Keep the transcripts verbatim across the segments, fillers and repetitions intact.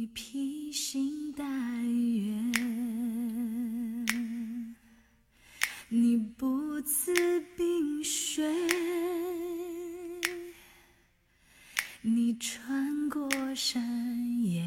披星戴月，你不辞冰雪，你穿过山野。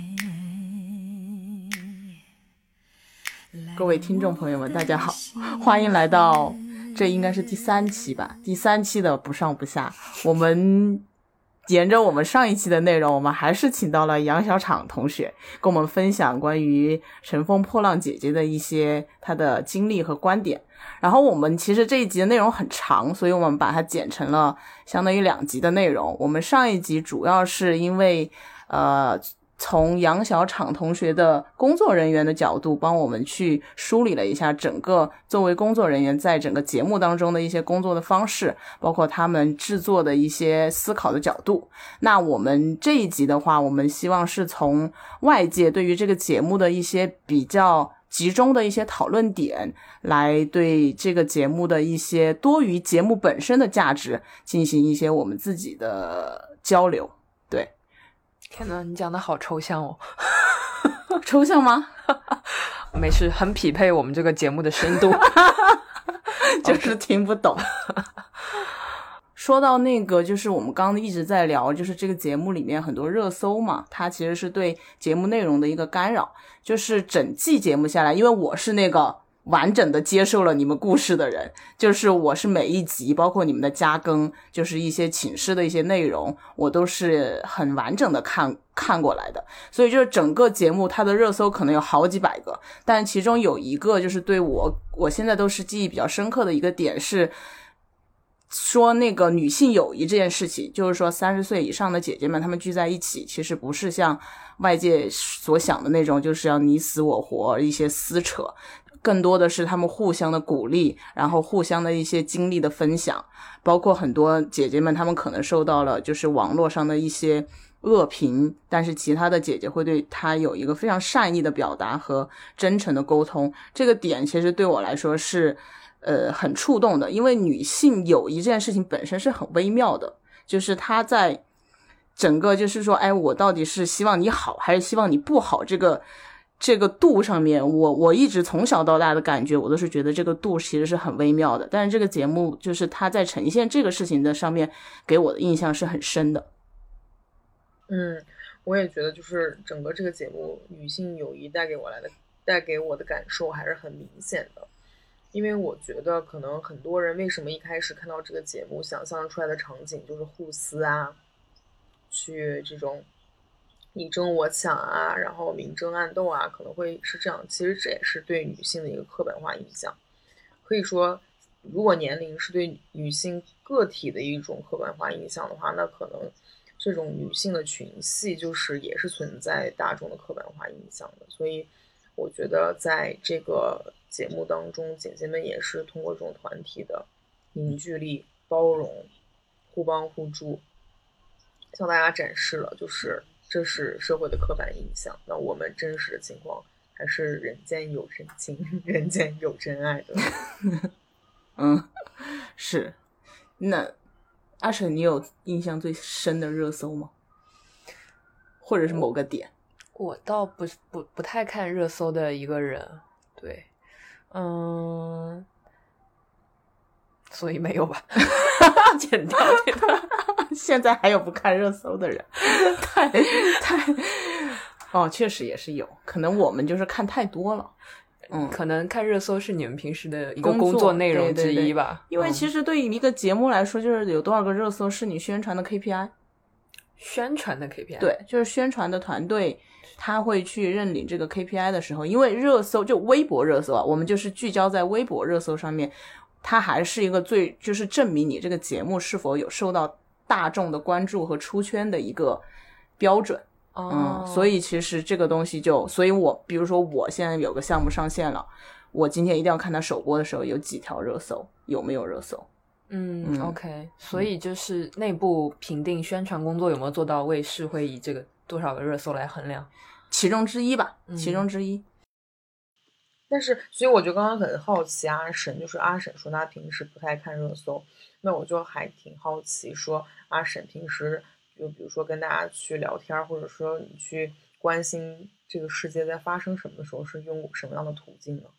各位听众朋友们大家好，欢迎来到这应该是第三期吧，第三期的不上不下。我们沿着我们上一期的内容，我们还是请到了杨小厂同学跟我们分享关于乘风破浪姐姐的一些她的经历和观点。然后我们其实这一集的内容很长，所以我们把它剪成了相当于两集的内容。我们上一集主要是因为呃从杨小厂同学的工作人员的角度帮我们去梳理了一下整个作为工作人员在整个节目当中的一些工作的方式，包括他们制作的一些思考的角度。那我们这一集的话，我们希望是从外界对于这个节目的一些比较集中的一些讨论点，来对这个节目的一些多于节目本身的价值进行一些我们自己的交流。对， 天哪，你讲的好抽象哦。 抽象吗？ 没事，很匹配我们这个节目的深度。 就是听不懂。说到那个就是我们刚刚一直在聊，就是这个节目里面很多热搜嘛，它其实是对节目内容的一个干扰。就是整季节目下来，因为我是那个完整的接受了你们故事的人，就是我是每一集包括你们的加更，就是一些寝室的一些内容，我都是很完整的看看过来的。所以就是整个节目它的热搜可能有好几百个，但其中有一个就是对我我现在都是记忆比较深刻的一个点，是说那个女性友谊这件事情，就是说三十岁以上的姐姐们她们聚在一起，其实不是像外界所想的那种就是要你死我活一些撕扯，更多的是她们互相的鼓励，然后互相的一些经历的分享。包括很多姐姐们她们可能受到了就是网络上的一些恶评，但是其他的姐姐会对她有一个非常善意的表达和真诚的沟通。这个点其实对我来说是呃，很触动的。因为女性友谊这件事情本身是很微妙的，就是她在整个就是说，哎，我到底是希望你好还是希望你不好，这个这个度上面，我我一直从小到大的感觉，我都是觉得这个度其实是很微妙的。但是这个节目就是它在呈现这个事情的上面，给我的印象是很深的。 嗯，我也觉得就是整个这个节目，女性友谊带给我来的带给我的感受还是很明显的。因为我觉得可能很多人为什么一开始看到这个节目想象出来的场景就是互撕啊，去这种你争我抢啊，然后明争暗斗啊，可能会是这样。其实这也是对女性的一个刻板化印象。可以说如果年龄是对女性个体的一种刻板化印象的话，那可能这种女性的群戏就是也是存在大众的刻板化印象的。所以我觉得在这个节目当中，姐姐们也是通过这种团体的凝聚力、包容、互帮互助，向大家展示了就是这是社会的刻板印象，那我们真实的情况还是人间有真情，人间有真爱的。 嗯，是。那阿婶，你有印象最深的热搜吗？或者是某个点？ 我倒不不不太看热搜的一个人，对，嗯，所以没有吧。剪掉这段。 现在还有不看热搜的人，太太哦，确实也是有，可能我们就是看太多了。 嗯，可能看热搜是你们平时的一个工作内容之一吧。 对对对，因为其实对于一个节目来说，就是有多少个热搜是你宣传的 K P I。 宣传的 K P I， 对，就是宣传的团队他会去认领这个 K P I 的时候，因为热搜就微博热搜啊，我们就是聚焦在微博热搜上面，它还是一个最就是证明你这个节目是否有受到大众的关注和出圈的一个标准。 哦、 嗯，所以其实这个东西就，所以我比如说我现在有个项目上线了，我今天一定要看它首播的时候有几条热搜，有没有热搜。 嗯, 嗯 OK， 所以就是内部评定宣传工作有没有做到位，是会以这个多少个热搜来衡量， 其中之一吧，其中之一。 嗯、但是所以我就刚刚很好奇阿婶，就是阿婶说她平时不太看热搜，那我就还挺好奇说阿婶平时就比如说跟大家去聊天，或者说你去关心这个世界在发生什么的时候是用什么样的途径呢？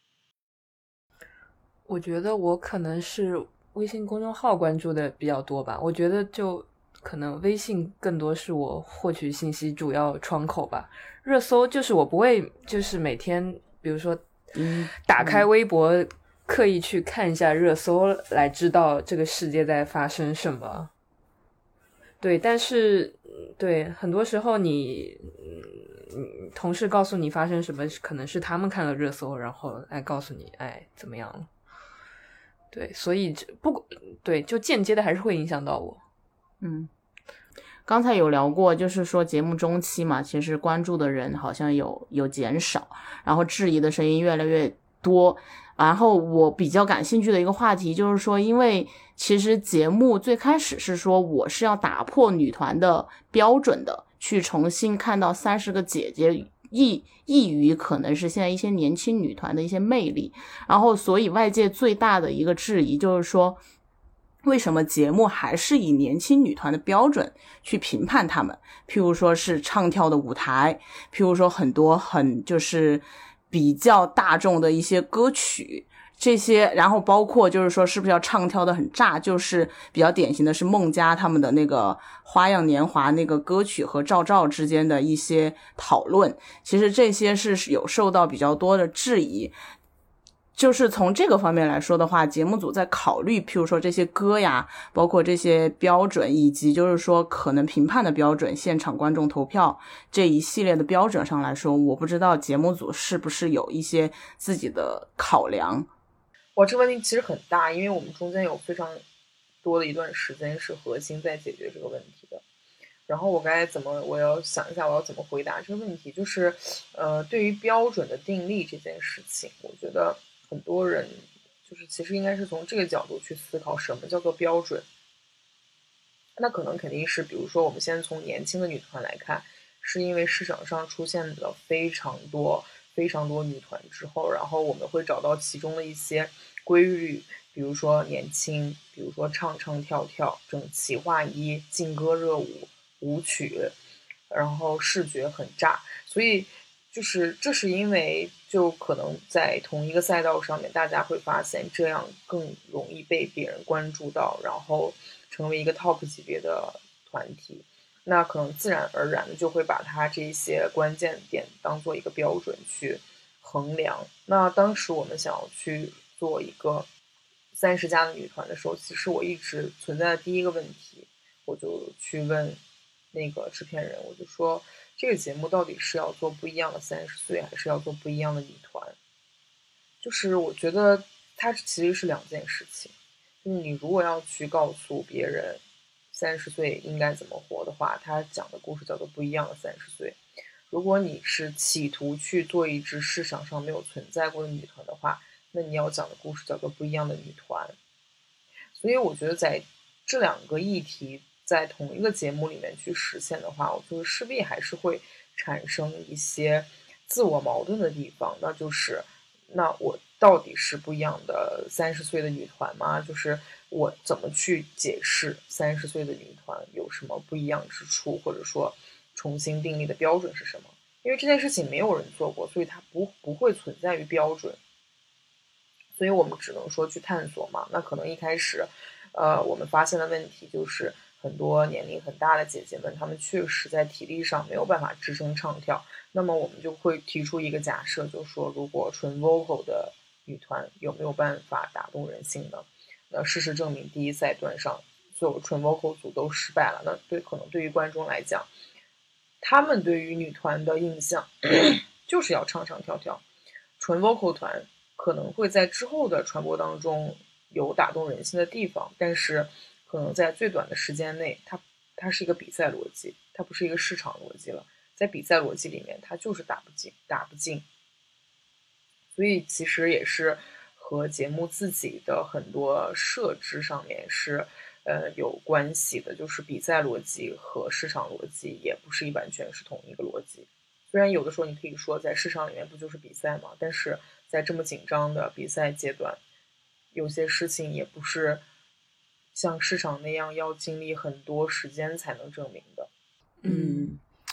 我觉得我可能是微信公众号关注的比较多吧，我觉得就可能微信更多是我获取信息主要窗口吧。热搜就是我不会就是每天比如说嗯打开微博刻意去看一下热搜来知道这个世界在发生什么。对，但是对很多时候你嗯同事告诉你发生什么，可能是他们看了热搜然后来告诉你哎怎么样了。对，所以不对，就间接的还是会影响到我。 嗯，刚才有聊过，就是说节目中期嘛，其实关注的人好像有有减少，然后质疑的声音越来越多。然后我比较感兴趣的一个话题就是说，因为其实节目最开始是说我是要打破女团的标准的，去重新看到三十个姐姐异异于可能是现在一些年轻女团的一些魅力。然后所以外界最大的一个质疑就是说，为什么节目还是以年轻女团的标准去评判她们，譬如说是唱跳的舞台，譬如说很多很就是比较大众的一些歌曲这些，然后包括就是说是不是要唱跳的很炸，就是比较典型的是孟佳他们的那个花样年华那个歌曲和赵照之间的一些讨论，其实这些是有受到比较多的质疑。就是从这个方面来说的话，节目组在考虑譬如说这些歌呀，包括这些标准，以及就是说可能评判的标准，现场观众投票这一系列的标准上来说，我不知道节目组是不是有一些自己的考量。 哇，这个问题其实很大，因为我们中间有非常多的一段时间是核心在解决这个问题的。然后我该怎么，我要想一下我要怎么回答这个问题。就是呃，对于标准的定立这件事情，我觉得很多人就是其实应该是从这个角度去思考什么叫做标准。那可能肯定是比如说我们先从年轻的女团来看，是因为市场上出现了非常多非常多女团之后，然后我们会找到其中的一些规律，比如说年轻，比如说唱唱跳跳，整齐划一，劲歌热舞，舞曲，然后视觉很炸。所以就是这是因为就可能在同一个赛道上面，大家会发现这样更容易被别人关注到，然后成为一个 top 级别的团体，那可能自然而然的就会把它这些关键点当做一个标准去衡量。那当时我们想要去做一个三十加的女团的时候，其实我一直存在的第一个问题，我就去问那个制片人，我就说这个节目到底是要做不一样的三十岁，还是要做不一样的女团？就是我觉得它其实是两件事情。就是你如果要去告诉别人三十岁应该怎么活的话，他讲的故事叫做不一样的三十岁。如果你是企图去做一支市场上没有存在过的女团的话，那你要讲的故事叫做不一样的女团。所以我觉得在这两个议题在同一个节目里面去实现的话，我觉得势必还是会产生一些自我矛盾的地方。那就是那我到底是不一样的三十岁的女团吗？就是我怎么去解释三十岁的女团有什么不一样之处，或者说重新订立的标准是什么？因为这件事情没有人做过，所以它不不会存在于标准，所以我们只能说去探索嘛。那可能一开始，呃，我们发现的问题就是很多年龄很大的姐姐们，她们确实在体力上没有办法支撑唱跳。那么我们就会提出一个假设，就是说，如果纯 vocal 的女团有没有办法打动人心呢？那事实证明，第一赛段上所有纯 vocal 组都失败了。那对可能对于观众来讲，他们对于女团的印象就是要唱唱跳跳。纯 vocal 团可能会在之后的传播当中有打动人心的地方，但是可能在最短的时间内，它它是一个比赛逻辑，它不是一个市场逻辑了。在比赛逻辑里面，它就是打不进，打不进。所以其实也是和节目自己的很多设置上面是呃有关系的，就是比赛逻辑和市场逻辑也不是完全是同一个逻辑。虽然有的时候你可以说在市场里面不就是比赛吗？但是在这么紧张的比赛阶段，有些事情也不是像市场那样要经历很多时间才能证明的。 嗯，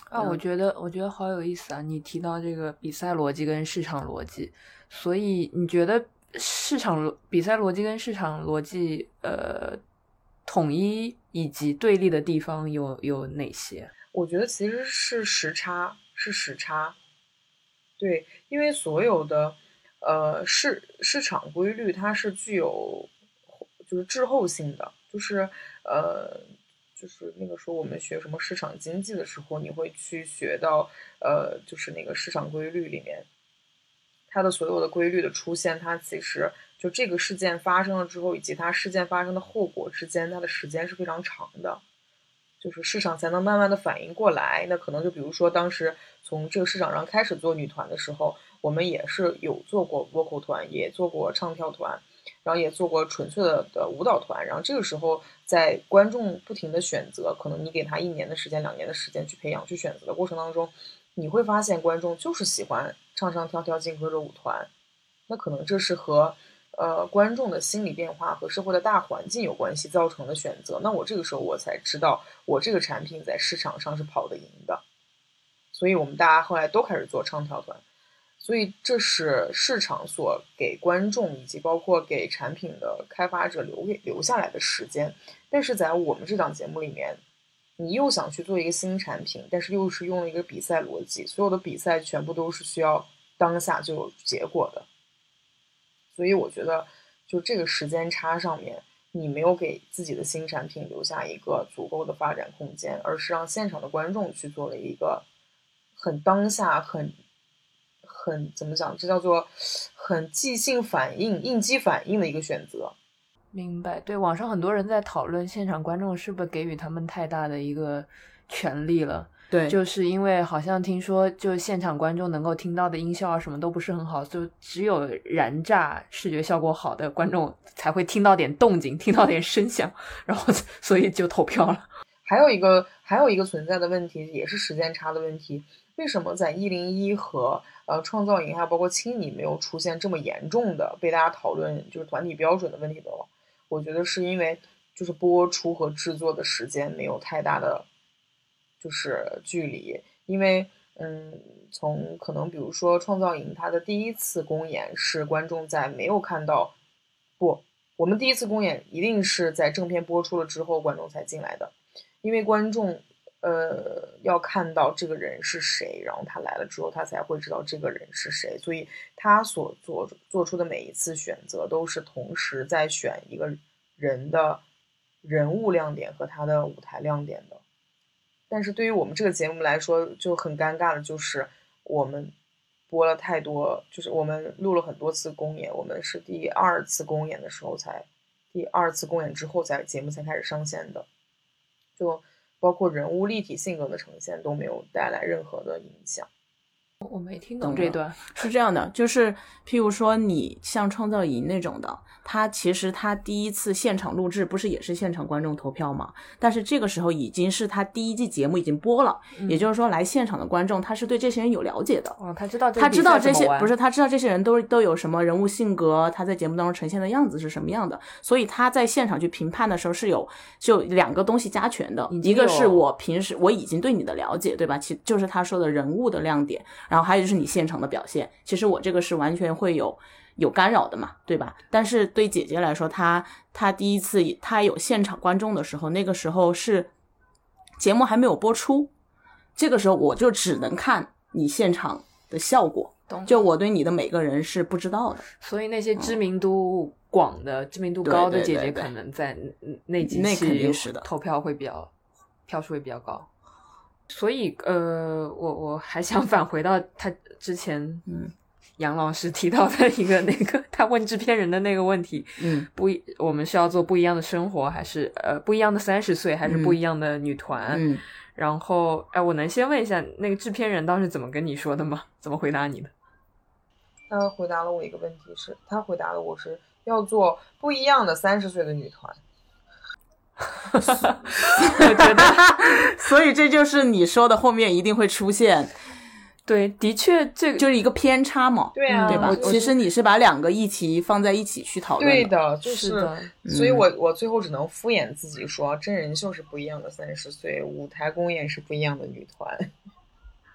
啊，我觉得我觉得好有意思啊！你提到这个比赛逻辑跟市场逻辑，所以你觉得市场比赛逻辑跟市场逻辑呃统一以及对立的地方有有哪些？ 我觉得其实是时差，是时差。对，因为所有的呃市市场规律它是具有就是滞后性的，就是呃就是那个时候我们学什么市场经济的时候，你会去学到呃就是那个市场规律里面，它的所有的规律的出现，它其实就这个事件发生了之后，以及它事件发生的后果之间，它的时间是非常长的。就是市场才能慢慢的反应过来。那可能就比如说当时从这个市场上开始做女团的时候，我们也是有做过 vocal 团，也做过唱跳团，然后也做过纯粹的的舞蹈团。然后这个时候在观众不停的选择，可能你给他一年的时间两年的时间去培养去选择的过程当中，你会发现观众就是喜欢唱唱跳跳劲歌热舞团。那可能这是和呃，观众的心理变化和社会的大环境有关系造成的选择。那我这个时候我才知道，我这个产品在市场上是跑得赢的。所以我们大家后来都开始做唱跳团。所以这是市场所给观众以及包括给产品的开发者留给留下来的时间。但是在我们这档节目里面，你又想去做一个新产品，但是又是用了一个比赛逻辑，所有的比赛全部都是需要当下就有结果的。所以我觉得就这个时间差上面，你没有给自己的新产品留下一个足够的发展空间，而是让现场的观众去做了一个很当下很很怎么讲，这叫做很即兴反应应激反应的一个选择。 明白。对，网上很多人在讨论现场观众是不是给予他们太大的一个权利了。 对， 就是因为好像听说就现场观众能够听到的音效啊什么都不是很好，就只有燃炸视觉效果好的观众才会听到点动静，听到点声响，然后所以就投票了。 还有一个还有一个存在的问题，也是时间差的问题。为什么在一零一和呃创造营还有包括青你没有出现这么严重的被大家讨论就是团体标准的问题的？我觉得是因为就是播出和制作的时间没有太大的就是距离。因为嗯，从可能比如说创造营它的第一次公演是观众在没有看到，不，我们第一次公演一定是在正片播出了之后观众才进来的。因为观众呃要看到这个人是谁，然后他来了之后他才会知道这个人是谁，所以他所做做出的每一次选择都是同时在选一个人的人物亮点和他的舞台亮点的。但是对于我们这个节目来说就很尴尬的就是我们播了太多，就是我们录了很多次公演，我们是第二次公演的时候才第二次公演之后才节目才开始上线的，就包括人物立体性格的呈现都没有带来任何的影响。 我没听懂这段。 是这样的，就是譬如说你像创造营那种的，他其实他第一次现场录制不是也是现场观众投票吗？但是这个时候已经是他第一季节目已经播了、嗯、也就是说来现场的观众他是对这些人有了解的。 哦，他知道这他知道这些不是他知道这些人都都有什么人物性格，他在节目当中呈现的样子是什么样的，所以他在现场去评判的时候是有就两个东西加权的，一个是我平时我已经对你的了解，对吧？其就是他说的人物的亮点，然后还有就是你现场的表现，其实我这个是完全会有有干扰的嘛，对吧？但是对姐姐来说，她她第一次她有现场观众的时候，那个时候是节目还没有播出，这个时候我就只能看你现场的效果，就我对你的每个人是不知道的。 所以那些知名度广的、嗯、知名度高的姐姐可能在那几期投票会比较票数会比较高。所以呃，我我还想返回到他之前嗯杨老师提到的一个那个他问制片人的那个问题， 嗯， 不我们是要做不一样的生活，还是呃不一样的三十岁，还是不一样的女团？ 嗯， 然后哎，我能先问一下那个制片人当时怎么跟你说的吗？怎么回答你的？ 他回答了我一个问题是，他回答了我是要做不一样的三十岁的女团。 我觉得所以这就是你说的后面一定会出现， 对，的确这个就是一个偏差嘛， 对啊， 对吧？其实你是把两个议题放在一起去讨论的。 对的，就是， 是的所以我我最后只能敷衍自己说，真人秀是不一样的三十岁，舞台公演是不一样的女团。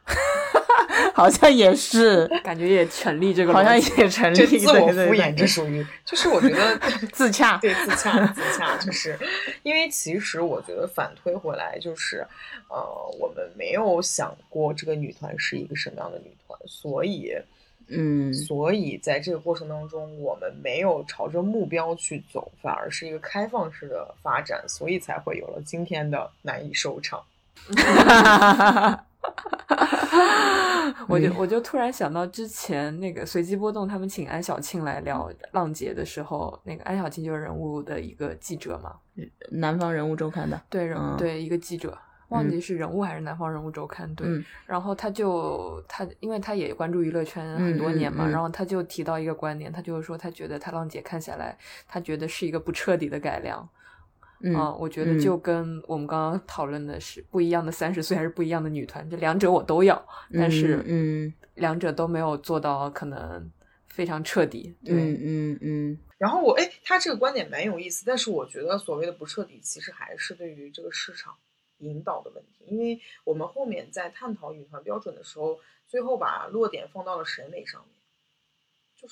好像也是， 感觉也成立这个逻辑， 好像也成立， 这自我对对对敷衍，这属于就是我觉得自洽， 对自洽自洽，就是因为其实我觉得反推回来就是呃我们没有想过这个女团是一个什么样的女团，所以嗯， 所以在这个过程当中我们没有朝着目标去走，反而是一个开放式的发展，所以才会有了今天的难以收场。 我就我就突然想到之前那个随机波动他们请安小庆来聊浪姐的时候，那个安小庆就是人物的一个记者嘛， 南方人物周刊的， 对人、 嗯、 对一个记者，忘记是人物还是南方人物周刊，对、 嗯、 然后他就他因为他也关注娱乐圈很多年嘛、 嗯嗯嗯、 然后他就提到一个观点，他就是说他觉得他浪姐看下来他觉得是一个不彻底的改良。 嗯、 呃，我觉得就跟我们刚刚讨论的是不一样的三十岁还是不一样的女团，这两者我都要，但是嗯， 两者都没有做到可能非常彻底。对， 嗯嗯嗯。 然后我哎，他这个观点蛮有意思，但是我觉得所谓的不彻底，其实还是对于这个市场引导的问题，因为我们后面在探讨女团标准的时候，最后把落点放到了审美上面，就是。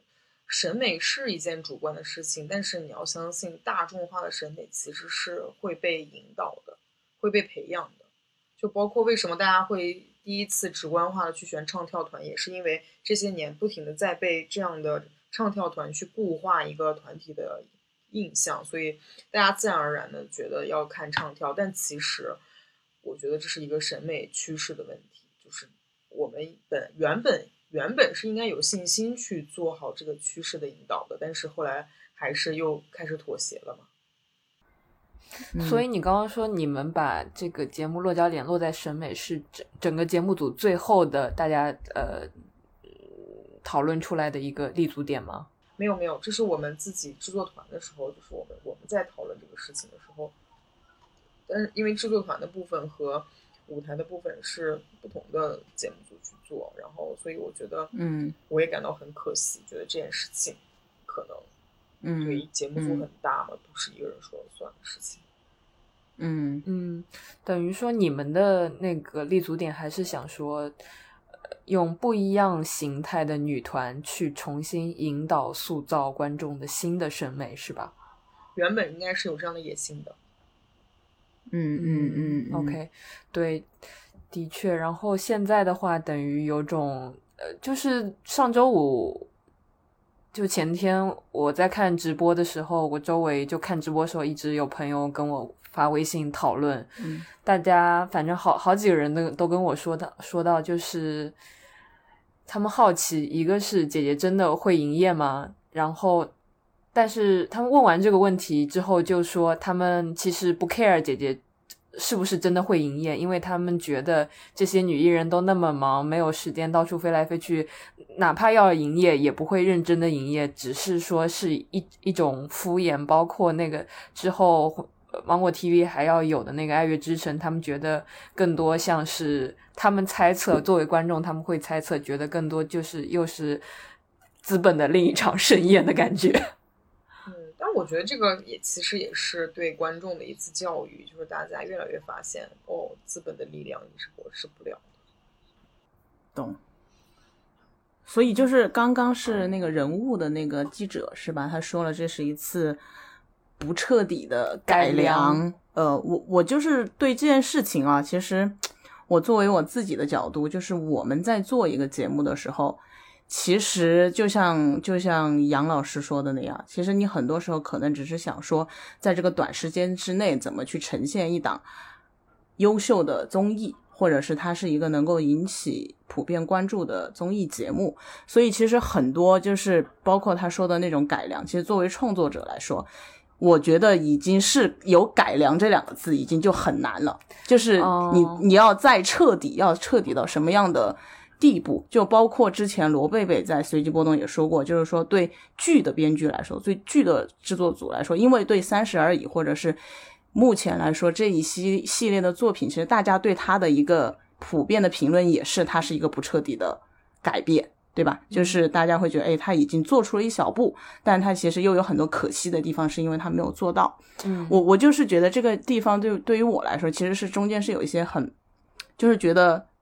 审美是一件主观的事情，但是你要相信大众化的审美其实是会被引导的，会被培养的。就包括为什么大家会第一次直观化的去选唱跳团，也是因为这些年不停的在被这样的唱跳团去固化一个团体的印象，所以大家自然而然的觉得要看唱跳，但其实我觉得这是一个审美趋势的问题，就是我们本原本原本是应该有信心去做好这个趋势的引导的，但是后来还是又开始妥协了嘛。 嗯、所以你刚刚说你们把这个节目落脚点落在审美是整整个节目组最后的大家呃讨论出来的一个立足点吗？ 没有没有，这是我们自己制作团的时候，就是我们我们在讨论这个事情的时候，但是因为制作团的部分和舞台的部分是不同的节目组去做，然后所以我觉得嗯，我也感到很可惜，觉得这件事情可能嗯，对节目组很大嘛、嗯、不是一个人说了算的事情。 嗯嗯，等于说你们的那个立足点还是想说、呃、用不一样形态的女团去重新引导塑造观众的新的审美是吧？ 原本应该是有这样的野心的。 嗯嗯嗯, 嗯 OK 对，的确。然后现在的话等于有种呃，就是上周五就前天我在看直播的时候，我周围就看直播的时候一直有朋友跟我发微信讨论、 嗯、 大家反正好好几个人都都跟我说到说到就是他们好奇，一个是姐姐真的会营业吗？然后但是他们问完这个问题之后就说他们其实不 care 姐姐是不是真的会营业，因为他们觉得这些女艺人都那么忙，没有时间到处飞来飞去，哪怕要营业也不会认真的营业，只是说是一一种敷衍。包括那个之后芒果 T V 还要有的那个爱乐之城，他们觉得更多像是他们猜测，作为观众他们会猜测，觉得更多就是又是资本的另一场盛宴的感觉。 嗯，但我觉得这个也其实也是对观众的一次教育，就是大家越来越发现，哦，资本的力量你是驳斥不了的。 懂。所以就是刚刚是那个人物的那个记者是吧？他说了这是一次不彻底的改良。改良呃，我我就是对这件事情啊，其实我作为我自己的角度，就是我们在做一个节目的时候。其实就像就像杨老师说的那样，其实你很多时候可能只是想说在这个短时间之内怎么去呈现一档优秀的综艺，或者是它是一个能够引起普遍关注的综艺节目。所以其实很多就是包括他说的那种改良，其实作为创作者来说，我觉得已经是有改良这两个字已经就很难了，就是你、oh. 你要再彻底要彻底到什么样的地步，就包括之前罗贝贝在随机波动也说过，就是说对剧的编剧来说，对剧的制作组来说，因为对三十而已或者是目前来说这一系系列的作品，其实大家对它的一个普遍的评论也是它是一个不彻底的改变，对吧？就是大家会觉得哎，他已经做出了一小步，但他其实又有很多可惜的地方，是因为他没有做到。 嗯， 我我就是觉得这个地方对对于我来说其实是中间是有一些很就是觉得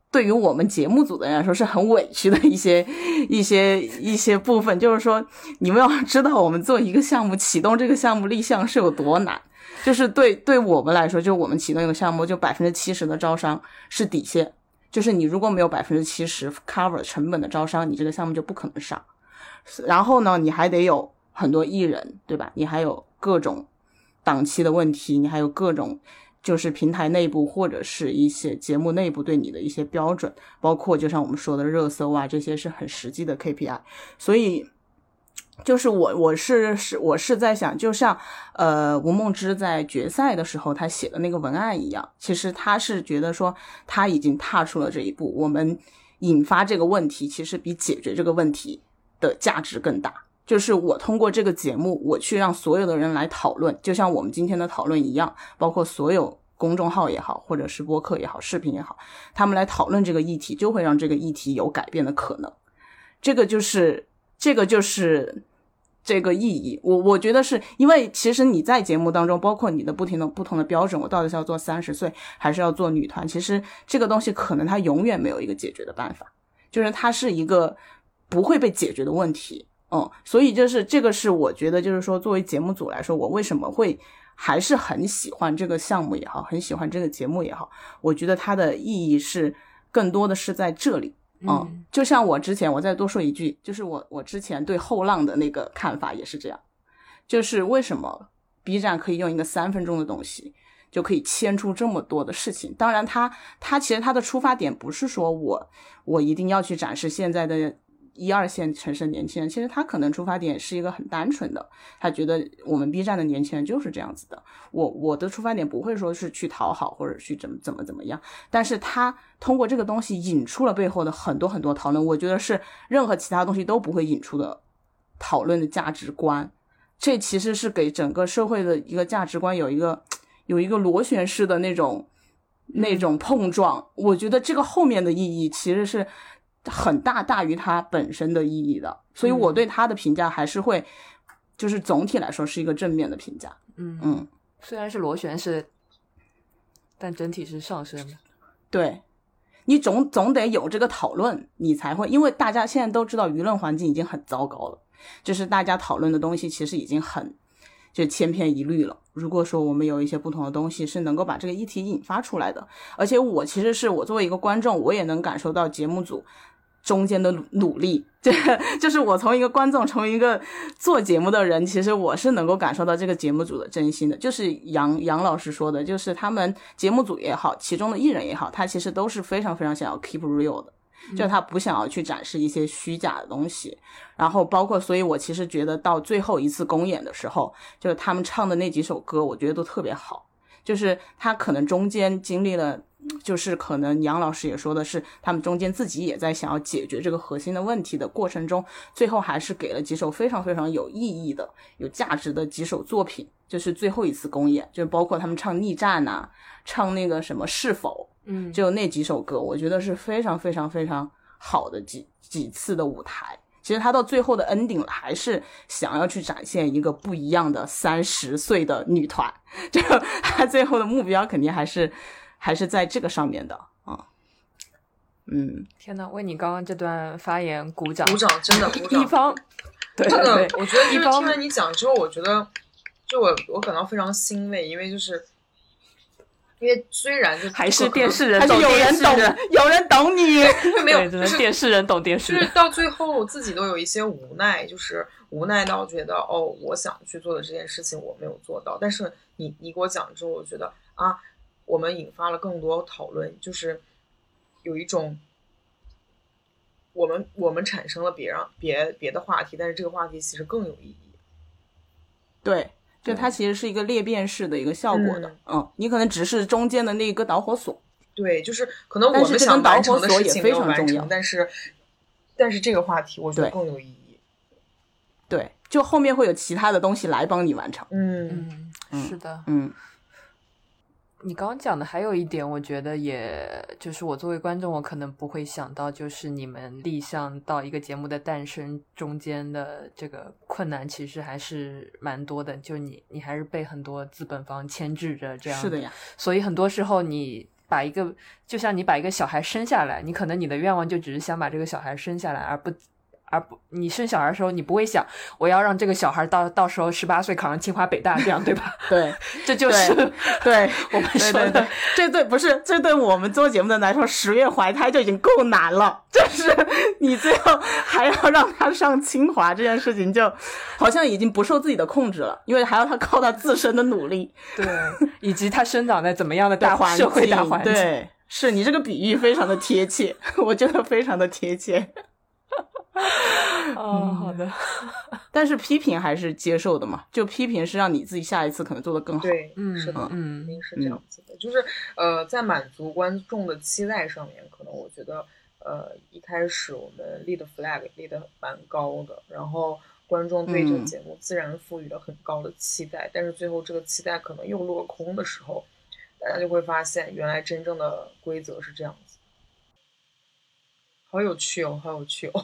对于我们节目组的人来说是很委屈的一些一些一些部分，就是说你们要知道我们做一个项目启动这个项目立项是有多难，就是对对我们来说，就我们启动一个项目就百分之七十的招商是底线，就是你如果没有百分之七十 cover 成本的招商，你这个项目就不可能上。然后呢你还得有很多艺人，对吧，你还有各种档期的问题，你还有各种就是平台内部或者是一些节目内部对你的一些标准，包括就像我们说的热搜啊，这些是很实际的 K P I。 所以就是我我是是我是在想，就像呃吴梦之在决赛的时候他写的那个文案一样，其实他是觉得说他已经踏出了这一步，我们引发这个问题其实比解决这个问题的价值更大，就是我通过这个节目我去让所有的人来讨论，就像我们今天的讨论一样，包括所有公众号也好或者是播客也好视频也好，他们来讨论这个议题，就会让这个议题有改变的可能。这个就是这个就是这个意义。我我觉得是因为其实你在节目当中包括你的不停的不同的标准，我到底是要做三十岁还是要做女团，其实这个东西可能它永远没有一个解决的办法，就是它是一个不会被解决的问题。嗯，所以就是这个是我觉得就是说作为节目组来说，我为什么会还是很喜欢这个项目也好，很喜欢这个节目也好，我觉得它的意义是更多的是在这里。嗯，嗯就像我之前我再多说一句，就是我我之前对后浪的那个看法也是这样，就是为什么 B 站可以用一个三分钟的东西就可以牵出这么多的事情。当然他他其实他的出发点不是说我我一定要去展示现在的一二线城市的年轻人，其实他可能出发点是一个很单纯的，他觉得我们 B 站的年轻人就是这样子的，我我的出发点不会说是去讨好或者去怎么怎么怎么样，但是他通过这个东西引出了背后的很多很多讨论，我觉得是任何其他东西都不会引出的讨论的价值观。这其实是给整个社会的一个价值观有一个有一个螺旋式的那种那种碰撞，我觉得这个后面的意义其实是很大大于它本身的意义的，所以我对它的评价还是会就是总体来说是一个正面的评价。 嗯嗯， 虽然是螺旋式，但整体是上升的。 对，你总总得有这个讨论你才会，因为大家现在都知道舆论环境已经很糟糕了，就是大家讨论的东西其实已经很就千篇一律了，如果说我们有一些不同的东西是能够把这个议题引发出来的，而且我其实是我作为一个观众，我也能感受到节目组中间的努力，这就是我从一个观众从一个做节目的人，其实我是能够感受到这个节目组的真心的，就是杨杨老师说的，就是他们节目组也好其中的艺人也好，他其实都是非常非常想要 keep real 的，就他不想要去展示一些虚假的东西，然后包括所以我其实觉得到最后一次公演的时候，就是他们唱的那几首歌我觉得都特别好，就是他可能中间经历了，就是可能杨老师也说的是他们中间自己也在想要解决这个核心的问题的过程中，最后还是给了几首非常非常有意义的有价值的几首作品，就是最后一次公演，就包括他们唱逆战啊，唱那个什么是否， 嗯， 就那几首歌我觉得是非常非常非常好的几几次的舞台。其实他到最后的 ending 还是想要去展现一个不一样的三十岁的女团，就他最后的目标肯定还是还是在这个上面的啊。嗯， 天哪，为你刚刚这段发言鼓掌， 鼓掌，真的鼓掌。 一方，对这个对我觉得就是一方听完你讲之后，我觉得就我我感到非常欣慰，因为就是因为虽然就还是电视人还是懂有人懂电视人， 有人懂你。 没有， 对，只能就是电视人懂电视就是到最后自己都有一些无奈，就是无奈到觉得哦，我想去做的这件事情我没有做到。但是你你给我讲之后，我觉得啊，我们引发了更多讨论，就是有一种我们我们产生了别让别别的话题，但是这个话题其实更有意义。 对，就它其实是一个裂变式的一个效果的，嗯, 嗯，你可能只是中间的那个导火索。 对，就是可能我们想完成的事情没有完成， 但是但是这个话题我觉得更有意义。 对，就后面会有其他的东西来帮你完成。 嗯嗯，是的， 嗯。 你刚刚讲的还有一点，我觉得也就是我作为观众，我可能不会想到，就是你们立项到一个节目的诞生中间的这个困难，其实还是蛮多的。就你，你还是被很多资本方牵制着这样。 是的呀。 所以很多时候你把一个就像你把一个小孩生下来，你可能你的愿望就只是想把这个小孩生下来，而不而不你生小孩的时候你不会想我要让这个小孩到到时候十八岁考上清华北大这样，对吧？ 对， 这就是对我们说的。 对对对，这对不是这对我们做节目的来说，十月怀胎就已经够难了，就是你最后还要让他上清华这件事情，就好像已经不受自己的控制了，因为还要他靠他自身的努力， 对，以及他生长在怎么样的大环社会大环境。 对，是你这个比喻非常的贴切，我觉得非常的贴切。 哦，好的。 但是批评还是接受的嘛，就批评是让你自己下一次可能做得更好。 对， 嗯， 是的， 嗯， 肯定是这样子的。就是呃，在满足观众的期待上面，可能我觉得呃一开始我们立的 flag 立得蛮高的，然后观众对这个节目自然赋予了很高的期待，嗯、但是最后这个期待可能又落空的时候，大家就会发现原来真正的规则是这样子。好有趣哦，好有趣哦！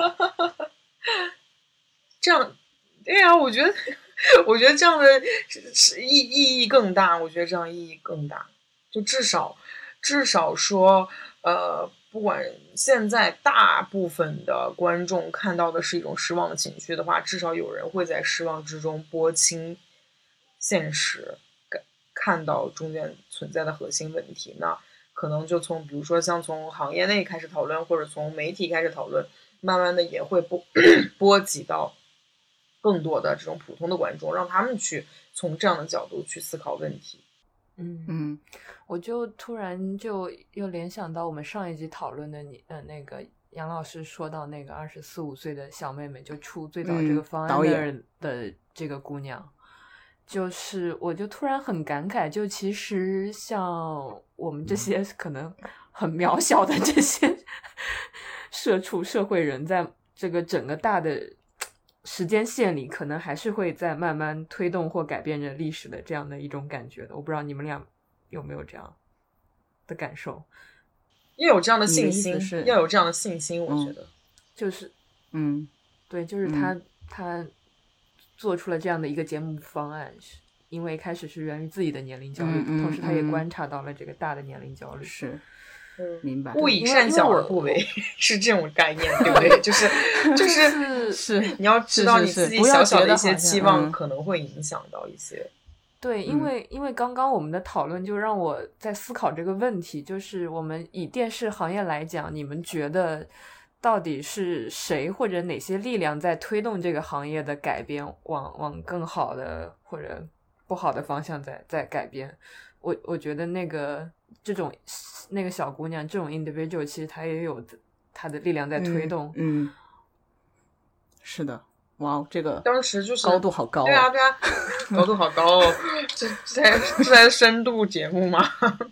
这样，对呀、啊，我觉得，我觉得这样的意意义更大。我觉得这样意义更大，就至少，至少说，呃，不管现在大部分的观众看到的是一种失望的情绪的话，至少有人会在失望之中拨清现实，看到中间存在的核心问题。那可能就从比如说像从行业内开始讨论，或者从媒体开始讨论，慢慢的也会波波及到更多的这种普通的观众，让他们去从这样的角度去思考问题。 嗯嗯， 我就突然就又联想到我们上一集讨论的你呃那个杨老师说到那个二十四五岁的小妹妹，就出最早这个方案的人的这个姑娘。嗯，就是我就突然很感慨，就其实像我们这些可能很渺小的这些社畜社会人，在这个整个大的时间线里，可能还是会在慢慢推动或改变着历史的这样的一种感觉的。我不知道你们俩有没有这样的感受？ 要有这样的信心， 是要有这样的信心，我觉得、 嗯、就是嗯， 对，就是他、 嗯、 他做出了这样的一个节目方案，因为开始是源于自己的年龄焦虑， 嗯、 同时他也观察到了这个大的年龄焦虑。 是， 嗯， 明白。 勿以善小而不为是这种概念，对不对？就是就是是， 你要知道你自己小小的一些期望嗯、 可能会影响到一些。 对，因为、嗯、因为刚刚我们的讨论就让我在思考这个问题，就是我们以电视行业来讲，你们觉得到底是谁或者哪些力量在推动这个行业的改变，往往更好的或者不好的方向在在改变？我我觉得那个这种那个小姑娘这种 individual 其实她也有她的力量在推动。 嗯，嗯是的。哇，这个当时就是高度好高、哦， 对啊对啊，高度好高哦，这这才这才深度节目嘛，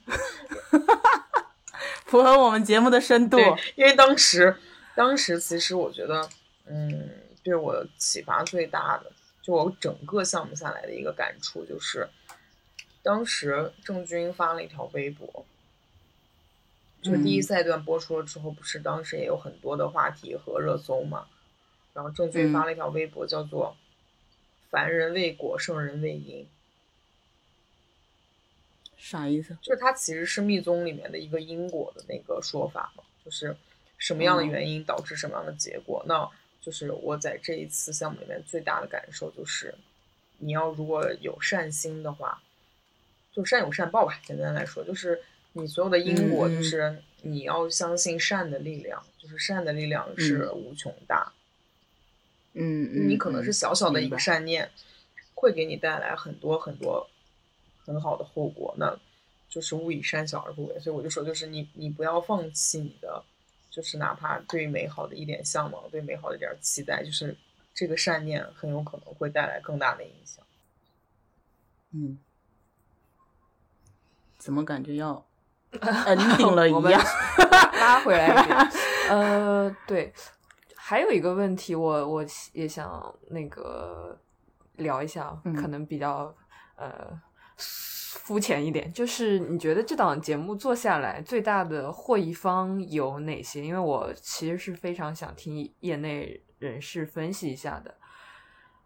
符合我们节目的深度。 对，因为当时当时其实我觉得，嗯，对我启发最大的，就我整个项目下来的一个感触就是，当时郑钧发了一条微博，就是第一赛段播出了之后，不是当时也有很多的话题和热搜嘛。然后郑钧发了一条微博，叫做“凡人为果，圣人为因”， 啥意思？ 就是它其实是密宗里面的一个因果的那个说法嘛，就是什么样的原因导致什么样的结果。嗯、那就是我在这一次项目里面最大的感受就是，你要如果有善心的话，就善有善报吧。简单来说，就是你所有的因果，就是你要相信善的力量，嗯、就是善的力量是无穷大。 嗯， 你可能是小小的一个善念，嗯、会给你带来很多很多很好的后果，那就是勿以善小而不为。所以我就说，就是你你不要放弃你的，就是哪怕对美好的一点向往，对美好的一点期待，就是这个善念很有可能会带来更大的影响。 嗯，怎么感觉要 ending 了一样？ 拉回来一点。呃，对。还有一个问题我，我我也想那个聊一下， 嗯、 可能比较呃肤浅一点，就是你觉得这档节目做下来最大的获益方有哪些？因为我其实是非常想听业内人士分析一下的。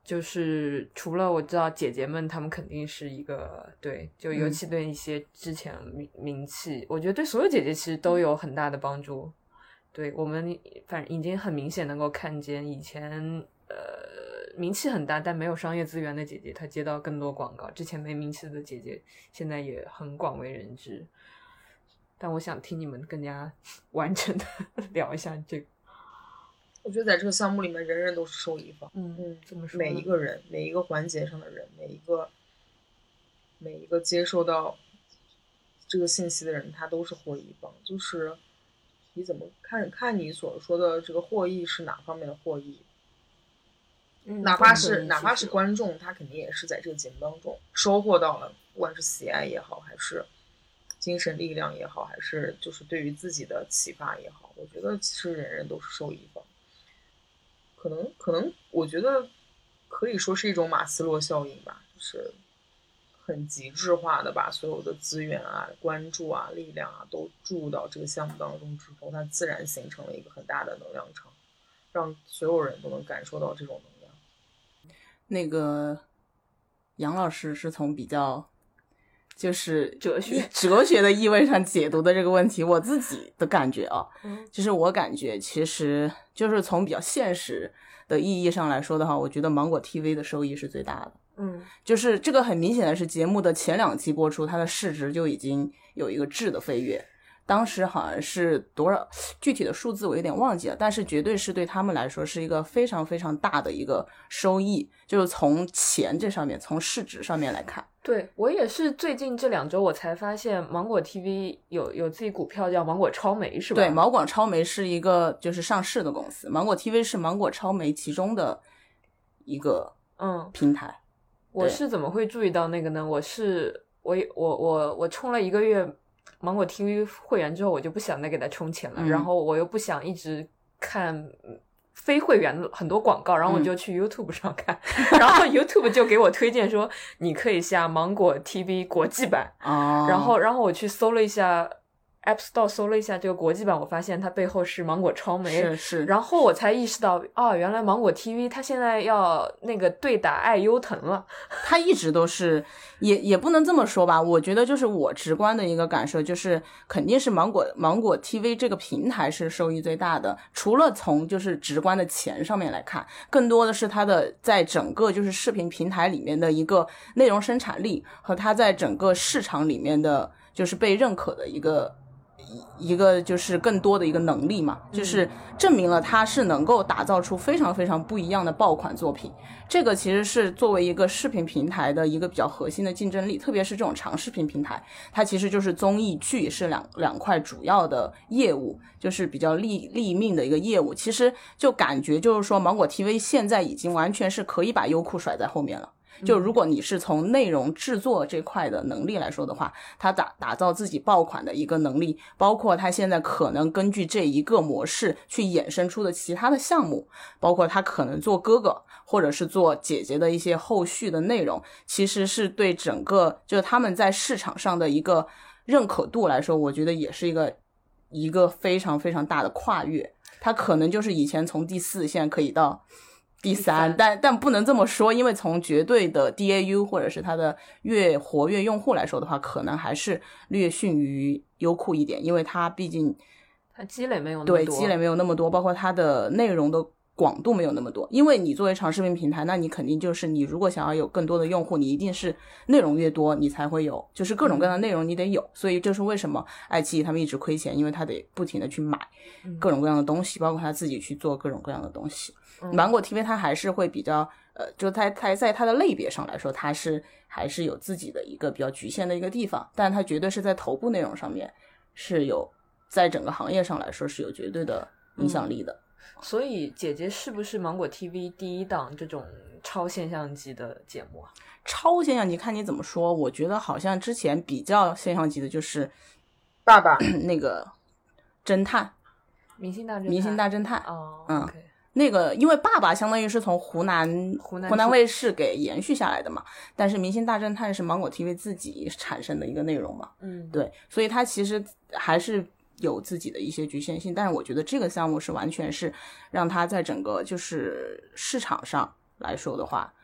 就是除了我知道姐姐们她们肯定是一个对，就尤其对一些之前名名气、嗯、我觉得对所有姐姐其实都有很大的帮助。对，我们反正已经很明显能够看见以前呃名气很大但没有商业资源的姐姐她接到更多广告，之前没名气的姐姐现在也很广为人知。但我想听你们更加完整的聊一下这个。 我觉得在这个项目里面人人都是受益方。 嗯嗯，怎么说？ 每一个人，每一个环节上的人，每一个每一个接受到这个信息的人，他都是获益方。就是你怎么看看你所说的这个获益是哪方面的获益？嗯、哪怕是哪怕是观众，他肯定也是在这个节目当中收获到了，不管是喜爱也好，还是精神力量也好，还是就是对于自己的启发也好，我觉得其实人人都是受益方。可能可能我觉得可以说是一种马斯洛效应吧，就是很极致化的把所有的资源啊、关注啊、力量啊都注入到这个项目当中之后，它自然形成了一个很大的能量场，让所有人都能感受到这种能量。 那个杨老师是从比较就是哲学哲学的意味上解读的这个问题，我自己的感觉啊，就是我感觉其实就是从比较现实的意义上来说的话，我觉得芒果 T V 的收益是最大的。 嗯， 就是这个很明显的是节目的前两期播出，它的市值就已经有一个质的飞跃。当时好像是多少具体的数字我有点忘记了，但是绝对是对他们来说是一个非常非常大的一个收益，就是从钱这上面，从市值上面来看。 对，我也是最近这两周我才发现芒果 T V 有有自己股票叫芒果超媒是吧？ 对，芒果超媒是一个就是上市的公司，芒果 T V 是芒果超媒其中的一个嗯平台。嗯、 我是怎么会注意到那个呢？我是我我我我充了一个月芒果 T V 会员之后，我就不想再给他充钱了、嗯、然后我又不想一直看非会员很多广告，然后我就去 YouTube 上看、嗯、然后 YouTube 就给我推荐说你可以下芒果 T V 国际版、哦、然后然后我去搜了一下 App Store 搜了一下这个国际版，我发现它背后是芒果超媒， 是是， 然后我才意识到啊，原来芒果 T V 它现在要那个对打爱优腾了。 它一直都是，也也不能这么说吧，我觉得就是我直观的一个感受就是肯定是芒果芒果 T V 这个平台是收益最大的，除了从就是直观的钱上面来看，更多的是它的在整个就是视频平台里面的一个内容生产力和它在整个市场里面的就是被认可的一个一个就是更多的一个能力嘛，就是证明了它是能够打造出非常非常不一样的爆款作品。这个其实是作为一个视频平台的一个比较核心的竞争力，特别是这种长视频平台，它其实就是综艺剧是两两块主要的业务，就是比较立立命的一个业务。其实就感觉就是说芒果 T V 现在已经完全是可以把优酷甩在后面了。就如果你是从内容制作这块的能力来说的话，他打打造自己爆款的一个能力，包括他现在可能根据这一个模式去衍生出的其他的项目，包括他可能做哥哥或者是做姐姐的一些后续的内容，其实是对整个就是他们在市场上的一个认可度来说，我觉得也是一个一个非常非常大的跨越。他可能就是以前从第四现在可以到第三，但但不能这么说，因为从绝对的 D A U 或者是它的月活跃用户来说的话，可能还是略逊于优酷一点，因为它毕竟它积累没有那么多， 对，积累没有那么多，包括它的内容的广度没有那么多。因为你作为长视频平台，那你肯定就是你如果想要有更多的用户，你一定是内容越多你才会有，就是各种各样的内容你得有、嗯、所以就是为什么爱奇艺他们一直亏钱，因为他得不停的去买各种各样的东西、嗯、包括他自己去做各种各样的东西。芒果 T V 它还是会比较呃，就它它在它的类别上来说，它是还是有自己的一个比较局限的一个地方，但它绝对是在头部内容上面是有，在整个行业上来说是有绝对的影响力的、 嗯、所以姐姐是不是芒果 T V 第一档这种超现象级的节目啊？ 超现象级看你怎么说，我觉得好像之前比较现象级的就是爸爸那个侦探明星大侦探明星大侦探哦、 嗯 OK， 那个因为爸爸相当于是从湖南湖南湖南卫视给延续下来的嘛，但是明星大侦探是芒果 T V 自己产生的一个内容嘛， 嗯， 对，所以它其实还是有自己的一些局限性，但是我觉得这个项目是完全是让它在整个就是市场上来说的话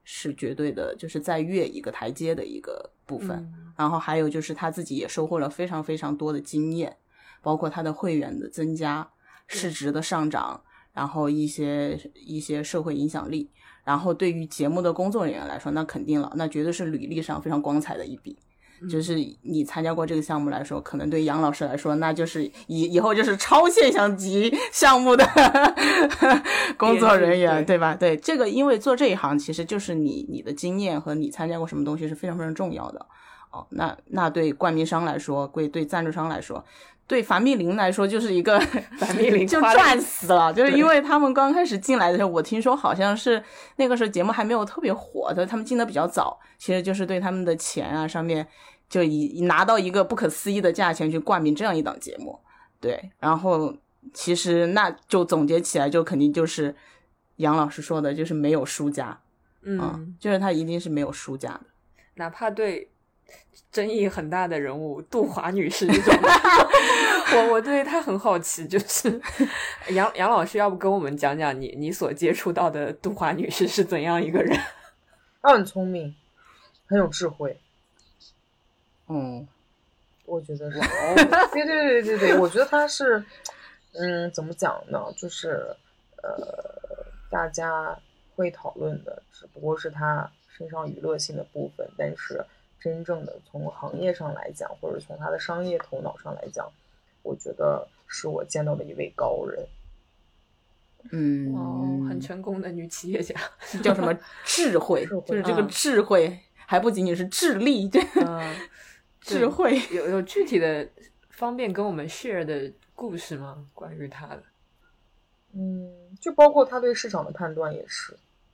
是绝对的，就是在越一个台阶的一个部分。 嗯、 然后还有就是他自己也收获了非常非常多的经验，包括他的会员的增加、市值的上涨，然后一些一些社会影响力。然后对于节目的工作人员来说，那肯定了，那绝对是履历上非常光彩的一笔。就是你参加过这个项目来说，可能对杨老师来说，那就是以以后就是超现象级项目的工作人员，对吧？对，这个因为做这一行，其实就是你你的经验和你参加过什么东西是非常非常重要的。哦，那那对冠名商来说，对对赞助商来说，对樊碧林来说就是一个樊碧林就赚死了，就是因为他们刚开始进来的时候，我听说好像是那个时候节目还没有特别火的，他们进的比较早，其实就是对他们的钱啊上面就以拿到一个不可思议的价钱去冠名这样一档节目。对，然后其实那就总结起来就肯定就是杨老师说的，就是没有输家。 嗯、 啊，就是他一定是没有输家的， 哪怕对争议很大的人物杜华女士这种我我对她很好奇，就是杨杨老师要不跟我们讲讲你你所接触到的杜华女士是怎样一个人？ 她很聪明，很有智慧。 嗯， 我觉得是。对对对对对，我觉得她是，嗯，怎么讲呢？就是呃，大家会讨论的，只不过是她身上娱乐性的部分，但是真正的从行业上来讲，或者从他的商业头脑上来讲，我觉得是我见到的一位高人。 嗯， 哦，很成功的女企业家， 叫什么智慧？ 智慧就是这个智慧，嗯、还不仅仅是智力，这、 嗯、 智慧有有具体的方便跟我们 share 的故事吗？关于他的？ 嗯，就包括他对市场的判断也是。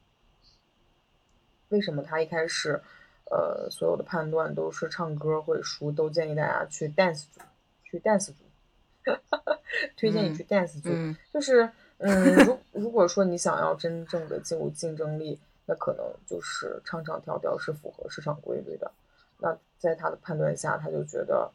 为什么他一开始？呃，所有的判断都是唱歌会输，都建议大家去 dance 组，去 dance 组，推荐你去 dance 组。 嗯、 就是嗯，如如果说你想要真正的进入竞争力，那可能就是唱唱跳跳是符合市场规律的。那在他的判断下，他就觉得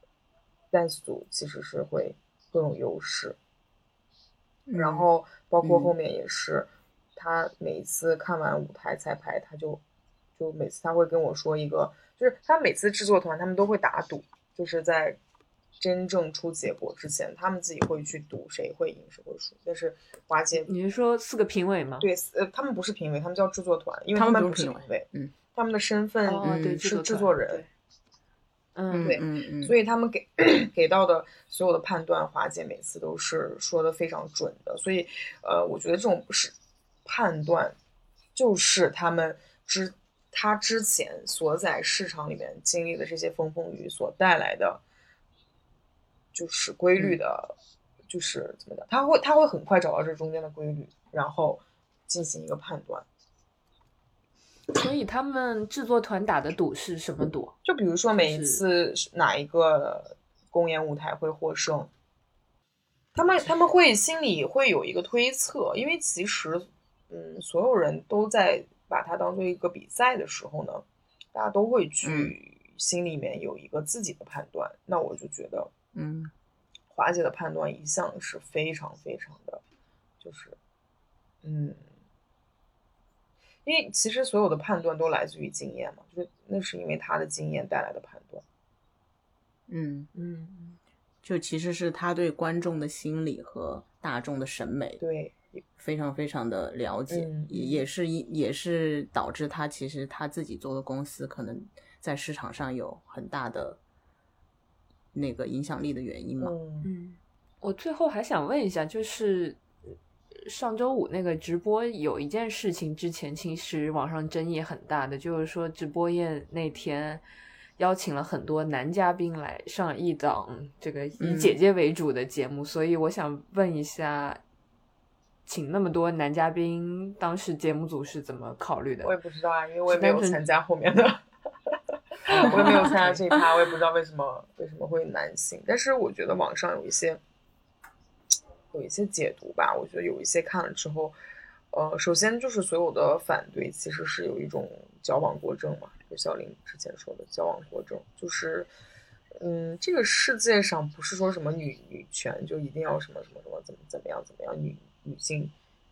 dance 组其实是会更有优势。 嗯、 然后包括后面也是，嗯、他每一次看完舞台彩排，他就。就每次他会跟我说一个，就是他每次制作团他们都会打赌，就是在真正出结果之前，他们自己会去赌谁会赢谁会输。但是华姐， 你是说四个评委吗？ 对，呃，他们不是评委，他们叫制作团，因为他们不是评委， 嗯， 他们的身份是制作人， 嗯， 对， 嗯嗯， 所以他们给给到的所有的判断，华姐每次都是说的非常准的。所以，呃，我觉得这种是判断，就是他们之。他之前所在市场里面经历的这些风风雨所带来的，就是规律的，嗯、就是怎么讲？他会他会很快找到这中间的规律，然后进行一个判断。 所以他们制作团打的赌是什么赌？ 就比如说每一次哪一个公演舞台会获胜，他们他们会心里会有一个推测，因为其实嗯，所有人都在。把它当做一个比赛的时候呢，大家都会去心里面有一个自己的判断。嗯、那我就觉得， 嗯， 华姐的判断一向是非常非常的，就是，嗯，因为其实所有的判断都来自于经验嘛，就是那是因为她的经验带来的判断。 嗯嗯， 就其实是他对观众的心理和大众的审美， 对。 非常非常的了解， 嗯、 也也是也是导致他其实他自己做的公司可能在市场上有很大的那个影响力的原因嘛。 嗯， 嗯，我最后还想问一下，就是上周五那个直播有一件事情，之前其实网上争议很大的，就是说直播宴那天邀请了很多男嘉宾来上一档这个以姐姐为主的节目，嗯、所以我想问一下。请那么多男嘉宾，当时节目组是怎么考虑的？ 我也不知道啊，因为我也没有参加后面的，我也没有参加这一趴，我也不知道为什么为什么会男性。但是我觉得网上有一些有一些解读吧，我觉得有一些看了之后，呃，首先就是所有的反对其实是有一种矫枉过正嘛，就小林之前说的矫枉过正，就是嗯，这个世界上不是说什么女女权就一定要什么什么什么怎么怎么样怎么样女。女性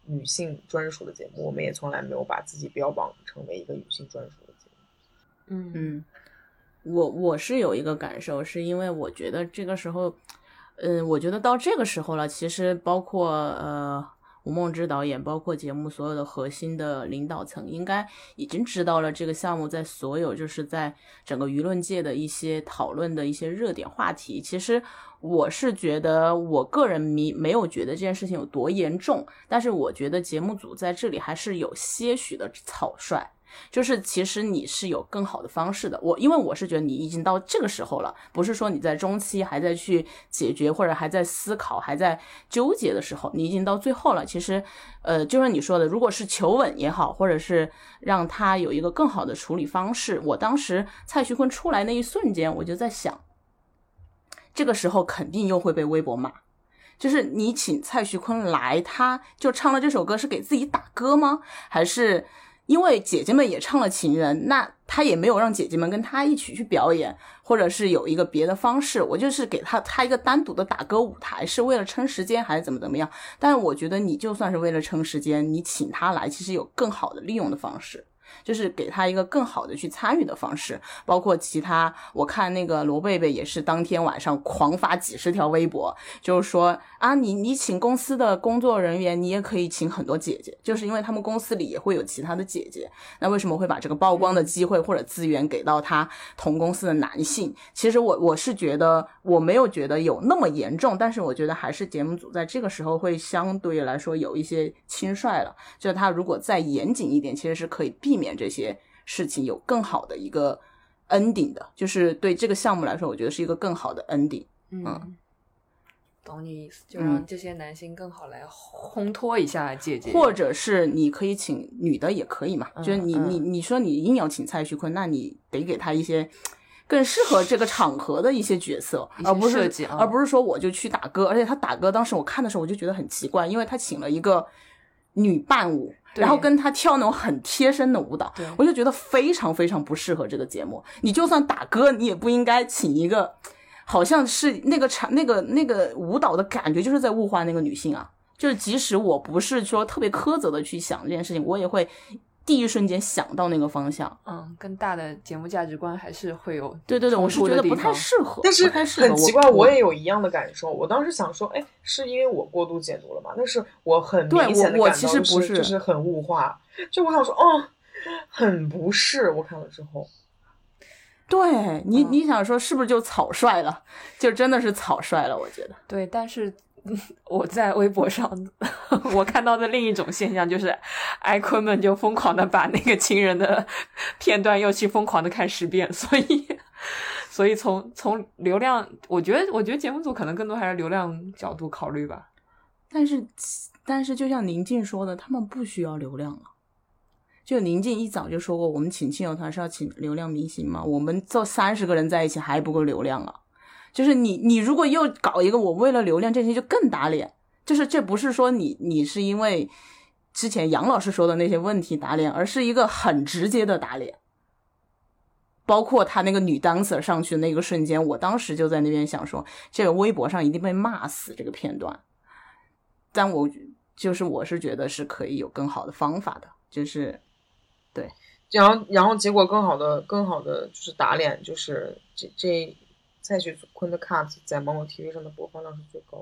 女性专属的节目，我们也从来没有把自己标榜成为一个女性专属的节目。 嗯嗯，我我是有一个感受，是因为我觉得这个时候，嗯，我觉得到这个时候了，其实包括呃吴梦之导演，包括节目所有的核心的领导层，应该已经知道了这个项目在所有就是在整个舆论界的一些讨论的一些热点话题。其实我是觉得，我个人没没有觉得这件事情有多严重，但是我觉得节目组在这里还是有些许的草率。就是其实你是有更好的方式的，我因为我是觉得你已经到这个时候了，不是说你在中期还在去解决或者还在思考还在纠结的时候，你已经到最后了。其实呃，就像你说的，如果是求稳也好，或者是让他有一个更好的处理方式，我当时蔡徐坤出来那一瞬间我就在想，这个时候肯定又会被微博骂，就是你请蔡徐坤来，他就唱了这首歌是给自己打歌吗？还是因为姐姐们也唱了情人，那他也没有让姐姐们跟他一起去表演，或者是有一个别的方式，我就是给他他一个单独的打歌舞台，是为了撑时间还是怎么怎么样。但是我觉得你就算是为了撑时间，你请他来其实有更好的利用的方式，就是给他一个更好的去参与的方式。包括其他，我看那个罗贝贝也是当天晚上狂发几十条微博，就是说啊，你你请公司的工作人员，你也可以请很多姐姐，就是因为他们公司里也会有其他的姐姐，那为什么会把这个曝光的机会或者资源给到他同公司的男性？其实我我是觉得我没有觉得有那么严重，但是我觉得还是节目组在这个时候会相对来说有一些轻率了，就是他如果再严谨一点，其实是可以避免这些事情有更好的一个 ending 的，就是对这个项目来说我觉得是一个更好的 ending。 嗯， 嗯， 懂你意思，就让这些男性更好来烘托一下姐姐， 或者是你可以请女的也可以嘛， 嗯、 就是你嗯、 你你说你硬要请蔡徐坤，那你得给他一些更适合这个场合的一些角色，而不是、 嗯、 而不是说我就去打歌。而且他打歌当时我看的时候我就觉得很奇怪，因为他请了一个女伴舞，然后跟他跳那种很贴身的舞蹈，我就觉得非常非常不适合这个节目。你就算打歌，你也不应该请一个好像是那个场那个那个舞蹈的感觉就是在物化那个女性啊。就是即使我不是说特别苛责的去想这件事情，我也会第一瞬间想到那个方向。 嗯，跟大的节目价值观还是会有， 对对对，我是觉得不太适合。 但是很奇怪， 我, 我也有一样的感受。我当时想说，哎，是因为我过度解读了吗？但是我很明显的感到其实不是， 就是很物化。就我想说，哦，很不是。我看了之后， 对你，你想说是不是就草率了？就真的是草率了，我觉得。 对，但是我在微博上我看到的另一种现象就是爱坤们就疯狂的把那个情人的片段又去疯狂的看十遍，所以所以从从流量，我觉得我觉得节目组可能更多还是流量角度考虑吧。 但是但是就像宁静说的，他们不需要流量了。就宁静一早就说过，我们请亲友团是要请流量明星吗？我们这三十个人在一起还不够流量啊。就是你你如果又搞一个我为了流量，这些就更打脸。就是这不是说你你是因为之前杨老师说的那些问题打脸，而是一个很直接的打脸。包括他那个女 dancer 上去的那个瞬间，我当时就在那边想说，这个微博上一定被骂死这个片段。但我就是我是觉得是可以有更好的方法的，就是对。 然后然后结果更好的更好的就是打脸，就是这这蔡徐坤的 cut 在芒果 T V 上的播放量是最高的。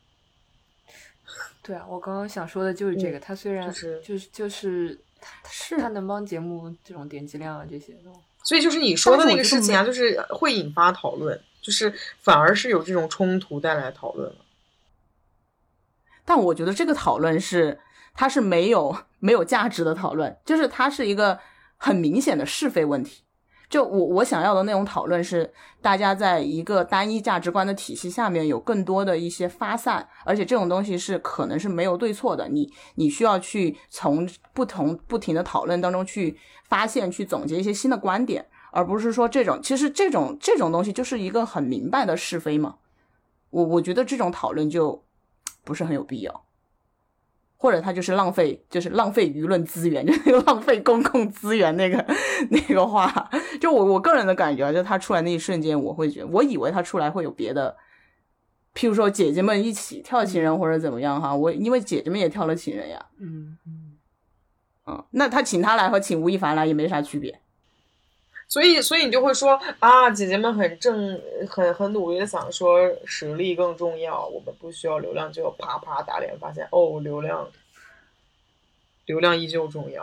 对啊，我刚刚想说的就是这个，嗯、他虽然就是就是就是是他能帮节目这种点击量啊这些的， 所以就是你说的那个事情啊，就是会引发讨论，就是反而是有这种冲突带来讨论了。 但我觉得这个讨论是它是没有没有价值的讨论，就是它是一个很明显的是非问题。就我我想要的那种讨论是大家在一个单一价值观的体系下面有更多的一些发散，而且这种东西是可能是没有对错的，你你需要去从不同不停的讨论当中去发现去总结一些新的观点，而不是说这种其实这种这种东西就是一个很明白的是非嘛。我我觉得这种讨论就不是很有必要，或者他就是浪费，就是浪费舆论资源，就是浪费公共资源那个那个话。就我我个人的感觉，就他出来那一瞬间，我会觉得，我以为他出来会有别的譬如说姐姐们一起跳情人或者怎么样哈，我因为姐姐们也跳了情人呀， 嗯嗯嗯，那他请他来和请吴亦凡来也没啥区别。 所以，所以你就会说啊，姐姐们很正，很很努力的想说实力更重要，我们不需要流量，就啪啪打脸，发现哦，流量，流量依旧重要。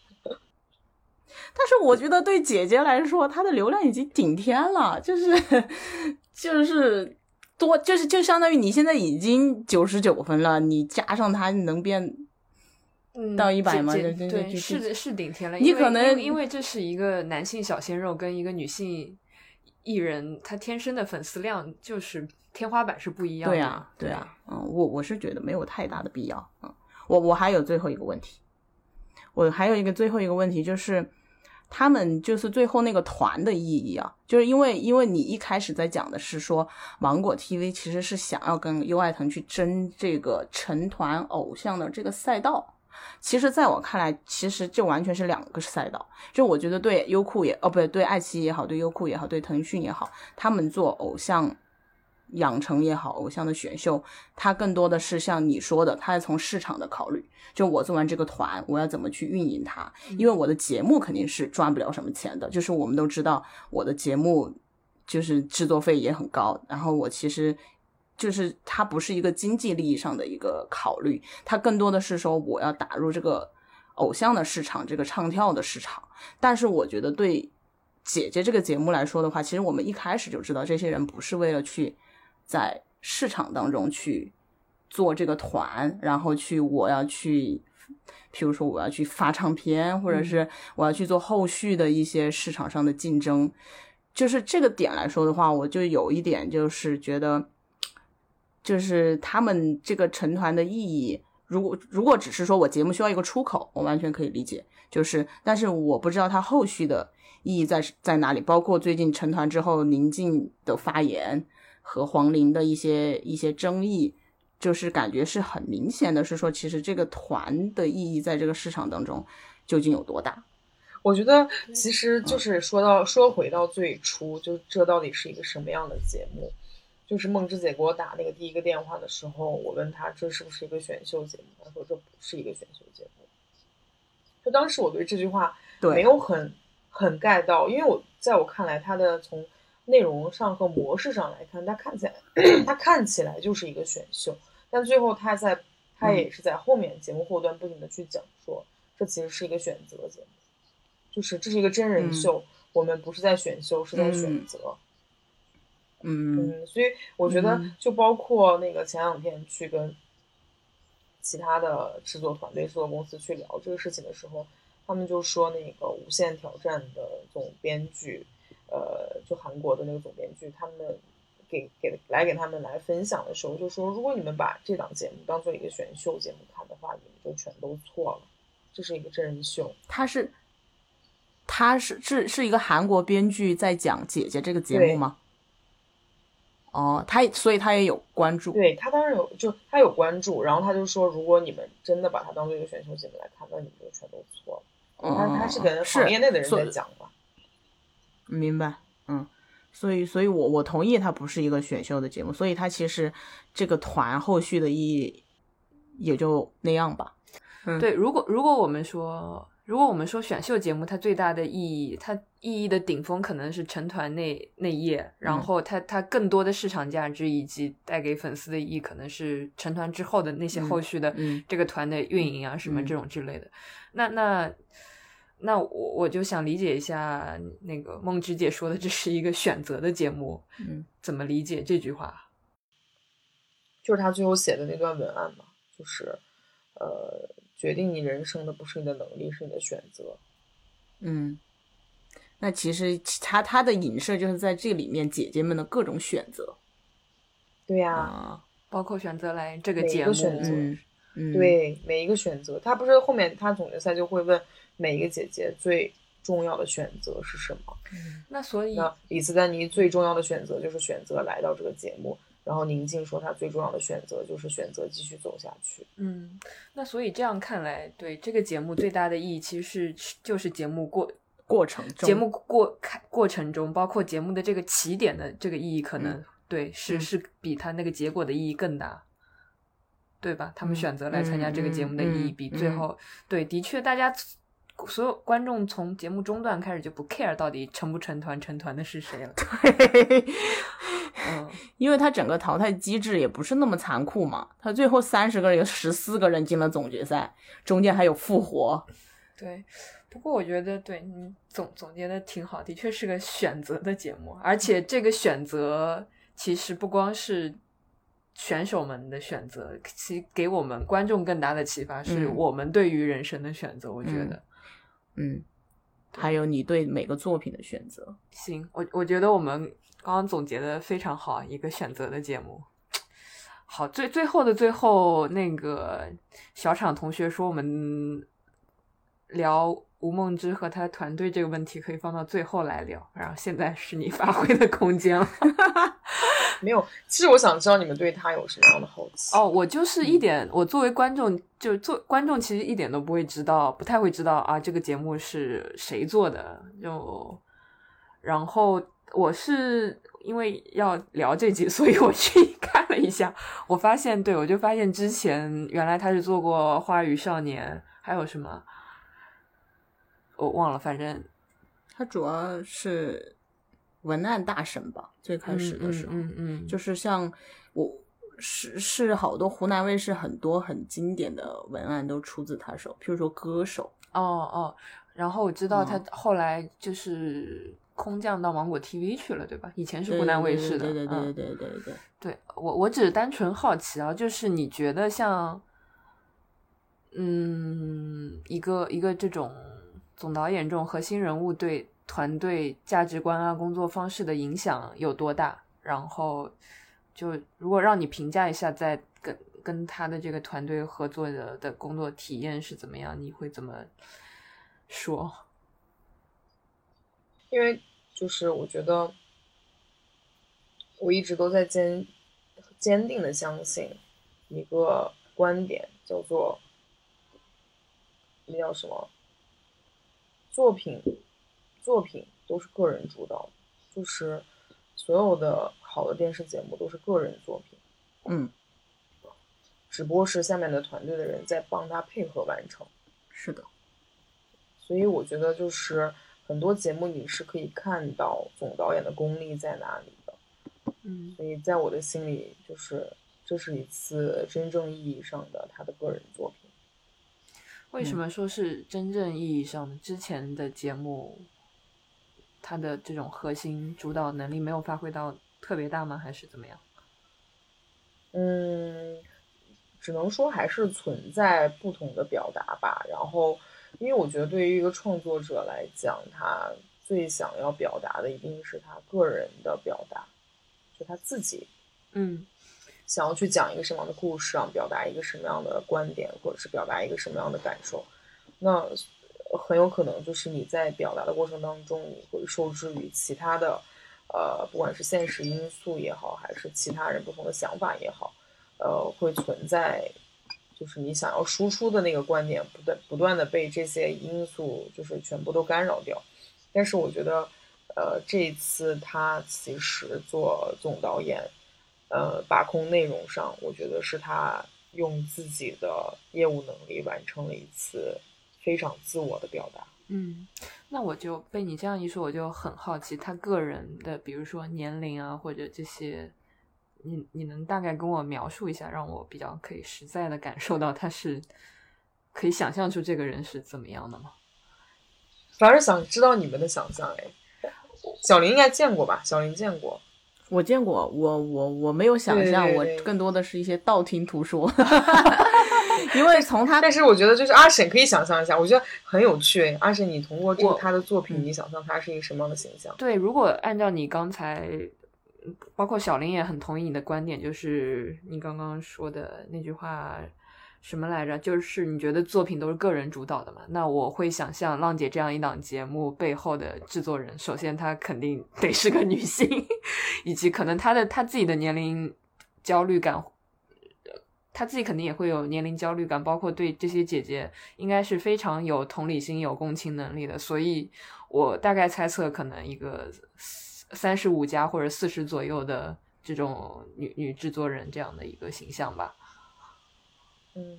但是我觉得对姐姐来说，她的流量已经顶天了，就是就是多，就是就相当于你现在已经九十九分了，你加上她能变。 嗯， 到一百吗？ 对对对，是的，是顶天了。 你可能因为因为这是一个男性小鲜肉跟一个女性艺人，他天生的粉丝量就是天花板是不一样的。 对啊，对啊，嗯，我我是觉得没有太大的必要。嗯，我我还有最后一个问题，我还有一个最后一个问题就是，他们就是最后那个团的意义啊，就是因为因为你一开始在讲的是说，芒果 T V 其实是想要跟优爱腾去争这个成团偶像的这个赛道。其实在我看来，其实这完全是两个赛道。就我觉得对优酷也哦不对，对爱奇艺也好，对优酷也好，对腾讯也好，他们做偶像养成也好，偶像的选秀，它更多的是像你说的，它是从市场的考虑。就我做完这个团，我要怎么去运营它？因为我的节目肯定是赚不了什么钱的，就是我们都知道我的节目就是制作费也很高，然后我其实。就是它不是一个经济利益上的一个考虑，它更多的是说我要打入这个偶像的市场，这个唱跳的市场。但是我觉得对姐姐这个节目来说的话，其实我们一开始就知道这些人不是为了去在市场当中去做这个团，然后去我要去譬如说我要去发唱片，或者是我要去做后续的一些市场上的竞争。就是这个点来说的话，我就有一点就是觉得就是他们这个成团的意义，如果如果只是说我节目需要一个出口，我完全可以理解，就是但是我不知道它后续的意义在在哪里，包括最近成团之后宁静的发言和黄龄的一些一些争议，就是感觉是很明显的是说，其实这个团的意义在这个市场当中究竟有多大。 我觉得其实就是说到、嗯、说回到最初，就这到底是一个什么样的节目。就是梦之姐给我打那个第一个电话的时候，我问她这是不是一个选秀节目，她说这不是一个选秀节目。就当时我对这句话没有很很 get 到，因为我在我看来，它的从内容上和模式上来看，它看起来它看起来就是一个选秀，但最后它在它也是在后面节目后端不停的去讲说，这其实是一个选择节目，就是这是一个真人秀，嗯、我们不是在选秀，是在选择。嗯嗯嗯，所以我觉得就包括那个前两天去跟其他的制作团队、制作公司去聊这个事情的时候，他们就说那个无限挑战的总编剧，呃，就韩国的那个总编剧，他们给给来给他们来分享的时候，就说如果你们把这档节目当做一个选秀节目看的话，你们就全都错了，这是一个真人秀。 他是他是是是一个韩国编剧在讲姐姐这个节目吗？哦，他所以他也有关注， 对他当然有，就他有关注，然后他就说，如果你们真的把它当做一个选秀节目来看，那你们就全都错了。嗯、他他是跟行业内的人在讲吧？ 明白，嗯，所以所以我我同意它不是一个选秀的节目，所以它其实这个团后续的意义也就那样吧。 嗯、对，如果如果我们说。如果我们说选秀节目它最大的意义，它意义的顶峰可能是成团那那一夜，然后它它更多的市场价值以及带给粉丝的意义可能是成团之后的那些后续的这个团的运营啊、嗯、什么这种之类的。那那那我我就想理解一下那个梦之姐说的这是一个选择的节目， 嗯， 怎么理解这句话？ 就是他最后写的那段文案嘛，就是呃。决定你人生的不是你的能力，是你的选择。 嗯，那其实他他的影射就是在这里面姐姐们的各种选择。 对呀、啊啊， 包括选择来这个节目， 每一个选择， 嗯嗯、 对每一个选择，他不是后面他总决赛就会问每一个姐姐最重要的选择是什么？ 嗯、那所以那李斯丹妮最重要的选择就是选择来到这个节目。然后宁静说她最重要的选择就是选择继续走下去。 嗯，那所以这样看来，对这个节目最大的意义其实是就是节目过过程中， 节目过过程中，包括节目的这个起点的这个意义可能对，是、 嗯是比它那个结果的意义更大，对吧？他们嗯选择来参加这个节目的意义嗯比最后， 嗯对，的确，大家所有观众从节目中段开始就不 care 到底成不成团，成团的是谁了。嗯， 因为他整个淘汰机制也不是那么残酷嘛，他最后三十个人有十四个人进了总决赛，中间还有复活。 对。不过我觉得对你总总结的挺好，的确是个选择的节目，而且这个选择其实不光是选手们的选择，其实给我们观众更大的启发是我们对于人生的选择。嗯、我觉得， 嗯，还有你对每个作品的选择。 行，我我觉得我们刚刚总结的非常好，一个选择的节目。好，最最后的最后，那个小厂同学说我们聊吴梦之和他团队这个问题可以放到最后来聊，然后现在是你发挥的空间了。 没有，其实我想知道你们对他有什么样的好奇。 哦，我就是一点，我作为观众，就做观众其实一点都不会知道，不太会知道啊这个节目是谁做的，就然后我是因为要聊这集，所以我去看了一下，我发现，对，我就发现之前原来他是做过《花语少年》，还有什么我忘了，反正他主要是文案大神吧，最开始的时候， 嗯嗯嗯嗯就是像我是是好多湖南卫视很多很经典的文案都出自他手，譬如说歌手。 哦哦，然后我知道他后来就是空降到芒果 T V 去了，对吧？以前是湖南卫视的。 对对对对嗯、 对对对对。 对，我我只是单纯好奇啊，就是你觉得像，嗯，一个一个这种总导演这种核心人物对团队价值观啊、工作方式的影响有多大？然后就如果让你评价一下，在跟跟他的这个团队合作的的工作体验是怎么样，你会怎么说？ 因为就是我觉得我一直都在坚坚定的相信一个观点，叫做那叫什么？作品作品都是个人主导，就是所有的好的电视节目都是个人作品， 嗯， 只不过是下面的团队的人在帮他配合完成。 是的， 所以我觉得就是很多节目你是可以看到总导演的功力在哪里的。 嗯， 所以在我的心里，就是这是一次真正意义上的他的个人作品。 为什么说是真正意义上的？之前的节目他的这种核心主导能力没有发挥到特别大吗？还是怎么样？ 嗯，只能说还是存在不同的表达吧。然后因为我觉得对于一个创作者来讲，他最想要表达的一定是他个人的表达，就他自己嗯想要去讲一个什么样的故事啊，表达一个什么样的观点，或者是表达一个什么样的感受。那很有可能就是你在表达的过程当中，你会受制于其他的呃，不管是现实因素也好，还是其他人不同的想法也好，呃，会存在就是你想要输出的那个观点不断不断的被这些因素就是全部都干扰掉。但是我觉得呃，这一次他其实做总导演呃，把控内容上，我觉得是他用自己的业务能力完成了一次非常自我的表达。 嗯，那我就被你这样一说，我就很好奇他个人的，比如说年龄啊，或者这些，你你能大概跟我描述一下，让我比较可以实在的感受到他是可以想象出这个人是怎么样的吗？ 反而想知道你们的想象。哎，小林应该见过吧？小林见过。 我见过，我我我没有想象， 对对对我更多的是一些道听途说。因为从他， 但是我觉得就是阿沈可以想象一下，我觉得很有趣。阿沈，你通过这个他的作品，你想象他是一个什么样的形象？ 对，如果按照你刚才，包括小林也很同意你的观点，就是你刚刚说的那句话。什么来着？就是你觉得作品都是个人主导的嘛？那我会想象浪姐这样一档节目背后的制作人，首先她肯定得是个女性，以及可能她的她自己的年龄焦虑感，她自己肯定也会有年龄焦虑感，包括对这些姐姐应该是非常有同理心、有共情能力的。所以我大概猜测，可能一个三十五加或者四十左右的这种女女制作人这样的一个形象吧。 嗯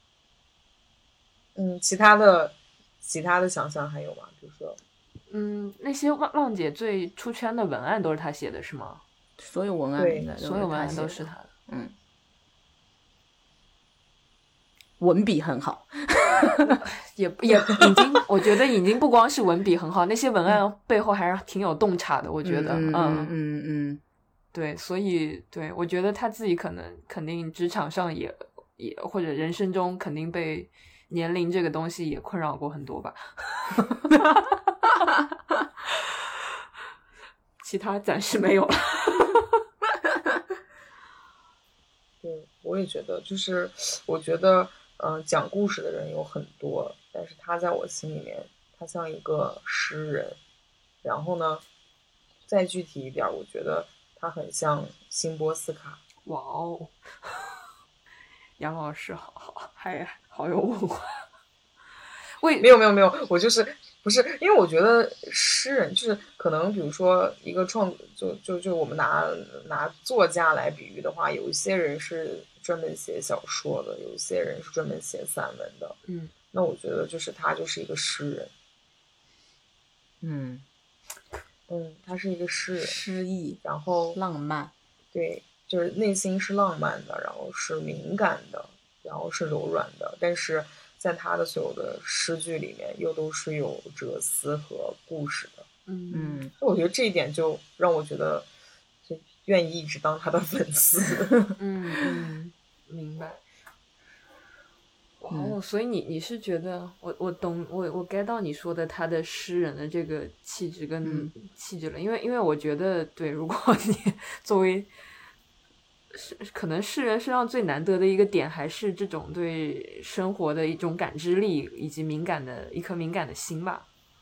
嗯，其他的其他的想象还有吗？比如说， 嗯，那些浪浪姐最出圈的文案都是她写的是吗？ 所有文案对应该都是所有文案他写的都是她的。 嗯，文笔很好。 也也已经，我觉得已经不光是文笔很好，那些文案背后还是挺有洞察的。我觉得， 嗯嗯嗯嗯， 对，所以对我觉得他自己可能肯定职场上也也或者人生中肯定被年龄这个东西也困扰过很多吧。其他暂时没有了。 对，我也觉得，就是我觉得，嗯、呃，讲故事的人有很多，但是他在我心里面，他像一个诗人。然后呢，再具体一点，我觉得他很像辛波斯卡。 哇哦，杨老师好好还好有文化。为没有没有没有，我就是不是因为我觉得诗人就是可能，比如说一个创就就就我们拿拿作家来比喻的话，有一些人是专门写小说的，有一些人是专门写散文的。 嗯， 那我觉得就是他就是一个诗人。 嗯嗯，他是一个诗人， 诗意， 然后浪漫， 对，就是内心是浪漫的，然后是敏感的，然后是柔软的，但是在他的所有的诗句里面，又都是有哲思和故事的。 嗯嗯我觉得这一点就让我觉得就愿意一直当他的粉丝。 嗯嗯，明白。哦，所以你你是觉得我我懂我我 get 到你说的他的诗人的这个气质跟气质了，因为因为我觉得对，如果你作为是可能诗人身上最难得的一个点，还是这种对生活的一种感知力以及敏感的一颗敏感的心吧。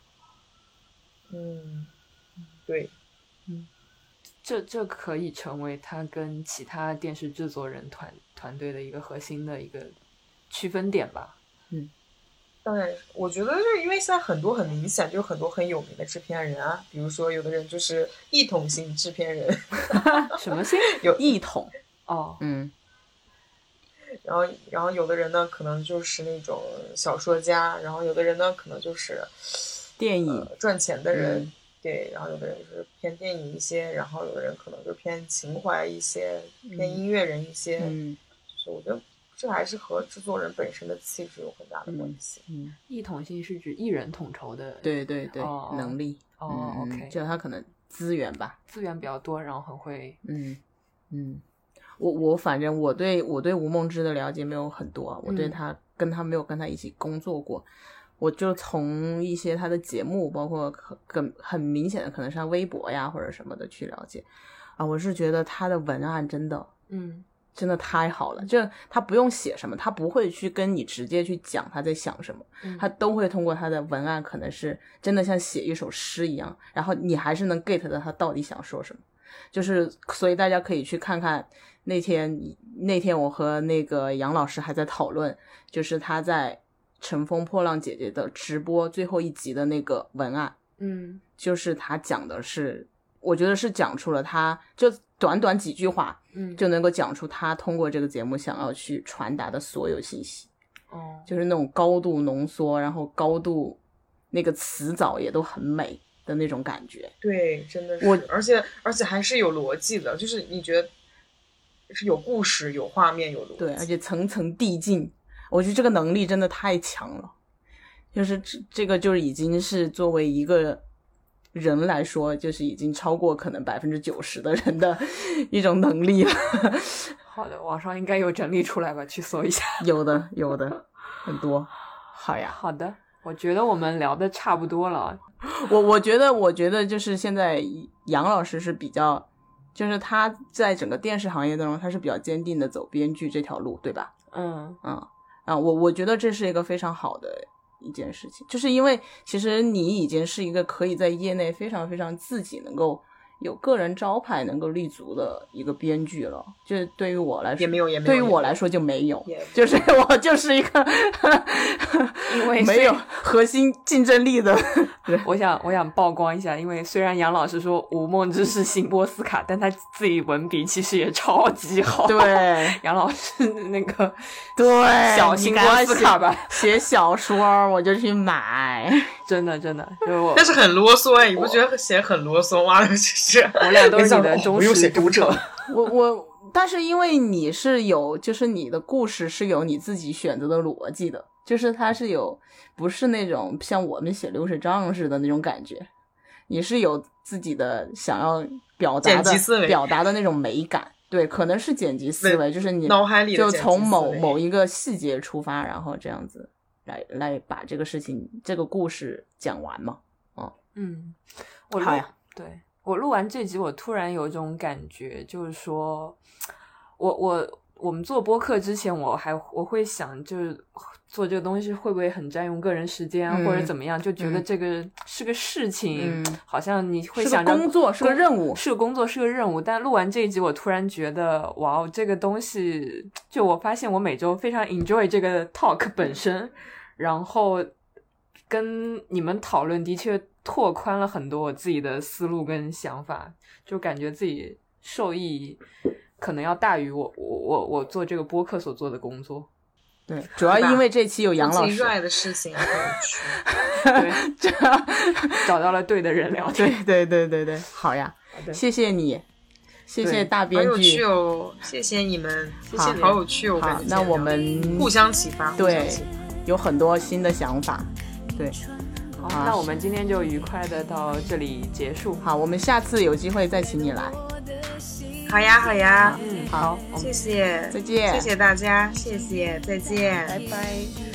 嗯，对， 嗯，这这可以成为他跟其他电视制作人团团队的一个核心的一个区分点吧。 嗯， 当然，我觉得就是因为现在很多很明显，就是很多很有名的制片人啊，比如说有的人就是一统型制片人。 什么型？ 有一统哦， 嗯， 然后然后有的人呢可能就是那种小说家，然后有的人呢可能就是电影、 呃、赚钱的人。 嗯对，然后有的人就是偏电影一些，然后有的人可能就偏情怀一些，偏音乐人一些。 嗯， 就是我觉得这还是和制作人本身的气质有很大的关系。 嗯， 一统性是指一人统筹的， 对对对， 哦能力哦、 嗯、 OK， 就他可能资源吧， 资源比较多，然后很会， 嗯嗯，我我反正我对我对吴梦之的了解没有很多，我对他、嗯、跟他没有跟他一起工作过。我就从一些他的节目，包括很很明显的可能是他微博呀或者什么的去了解啊。我是觉得他的文案真的， 嗯， 真的太好了。就他不用写什么，他不会去跟你直接去讲他在想什么， 嗯、 他都会通过他的文案，可能是真的像写一首诗一样，然后你还是能 get 到他到底想说什么。就是所以大家可以去看看那天那天我和那个杨老师还在讨论，就是他在乘风破浪姐姐的直播最后一集的那个文案， 嗯， 就是他讲的是，我觉得是讲出了他就短短几句话， 嗯， 就能够讲出他通过这个节目想要去传达的所有信息， 哦， 就是那种高度浓缩，然后高度那个词藻也都很美的那种感觉。 对，真的是， 我而且而且还是有逻辑的，就是你觉得是有故事、有画面、有逻辑， 对，而且层层递进。我觉得这个能力真的太强了，就是这这个就是已经是作为一个人来说，就是已经超过可能百分之九十的人的一种能力了。 好的，网上应该有整理出来吧，去搜一下。 有的，有的，很多。好呀， 好的，我觉得我们聊的差不多了。 我我觉得，我觉得就是现在杨老师是比较，就是他在整个电视行业当中，他是比较坚定的走编剧这条路，对吧？ 嗯嗯。啊，我我觉得这是一个非常好的一件事情，就是因为其实你已经是一个可以在业内非常非常自己能够有个人招牌能够立足的一个编剧了。就对于我来说， 也没有，也没有， 对于我来说就没有， 也就是我就是一个因为没有核心竞争力的人。 我想我想曝光一下，因为虽然杨老师说吴梦之是辛波斯卡，但他自己文笔其实也超级好。 对， 杨老师那个对小辛波斯卡吧， 写小说我就去买， 真的真的，就是我， 但是很啰嗦哎，你不觉得写很啰嗦吗？就是我俩都是你的忠实读者。 我我，但是因为你是有，就是你的故事是有你自己选择的逻辑的，就是它是有，不是那种像我们写流水账似的那种感觉，你是有自己的想要表达的表达的那种美感。对，可能是剪辑思维，就是你脑海里就从某某一个细节出发，然后这样子来来把这个事情这个故事讲完嘛。哦， 嗯，我好呀， 对。我录完这集我突然有种感觉，就是说我我我们做播客之前我还我会想就是做这个东西会不会很占用个人时间、啊嗯、或者怎么样，就觉得这个是个事情、嗯、好像你会想着是个工作是个任务是个工作是个任务，但录完这一集我突然觉得哇，这个东西就我发现我每周非常 enjoy 这个 talk 本身，然后跟你们讨论的确拓宽了很多我自己的思路跟想法，就感觉自己受益可能要大于我我我我做这个播客所做的工作。 对，主要因为这期有杨老师， 自己热爱的事情很有趣。 对，找到了对的人聊天。 对对对对对，好呀，谢谢你，谢谢大编剧， 好有趣哦，谢谢你们，谢谢，好有趣哦。 好，那我们互相启发， 对，有很多新的想法，对。 好，那我们今天就愉快的到这里结束。 好，我们下次有机会再请你来。 好呀，好呀， 嗯，好， 谢谢， 再见， 谢谢大家，谢谢，再见， 拜拜。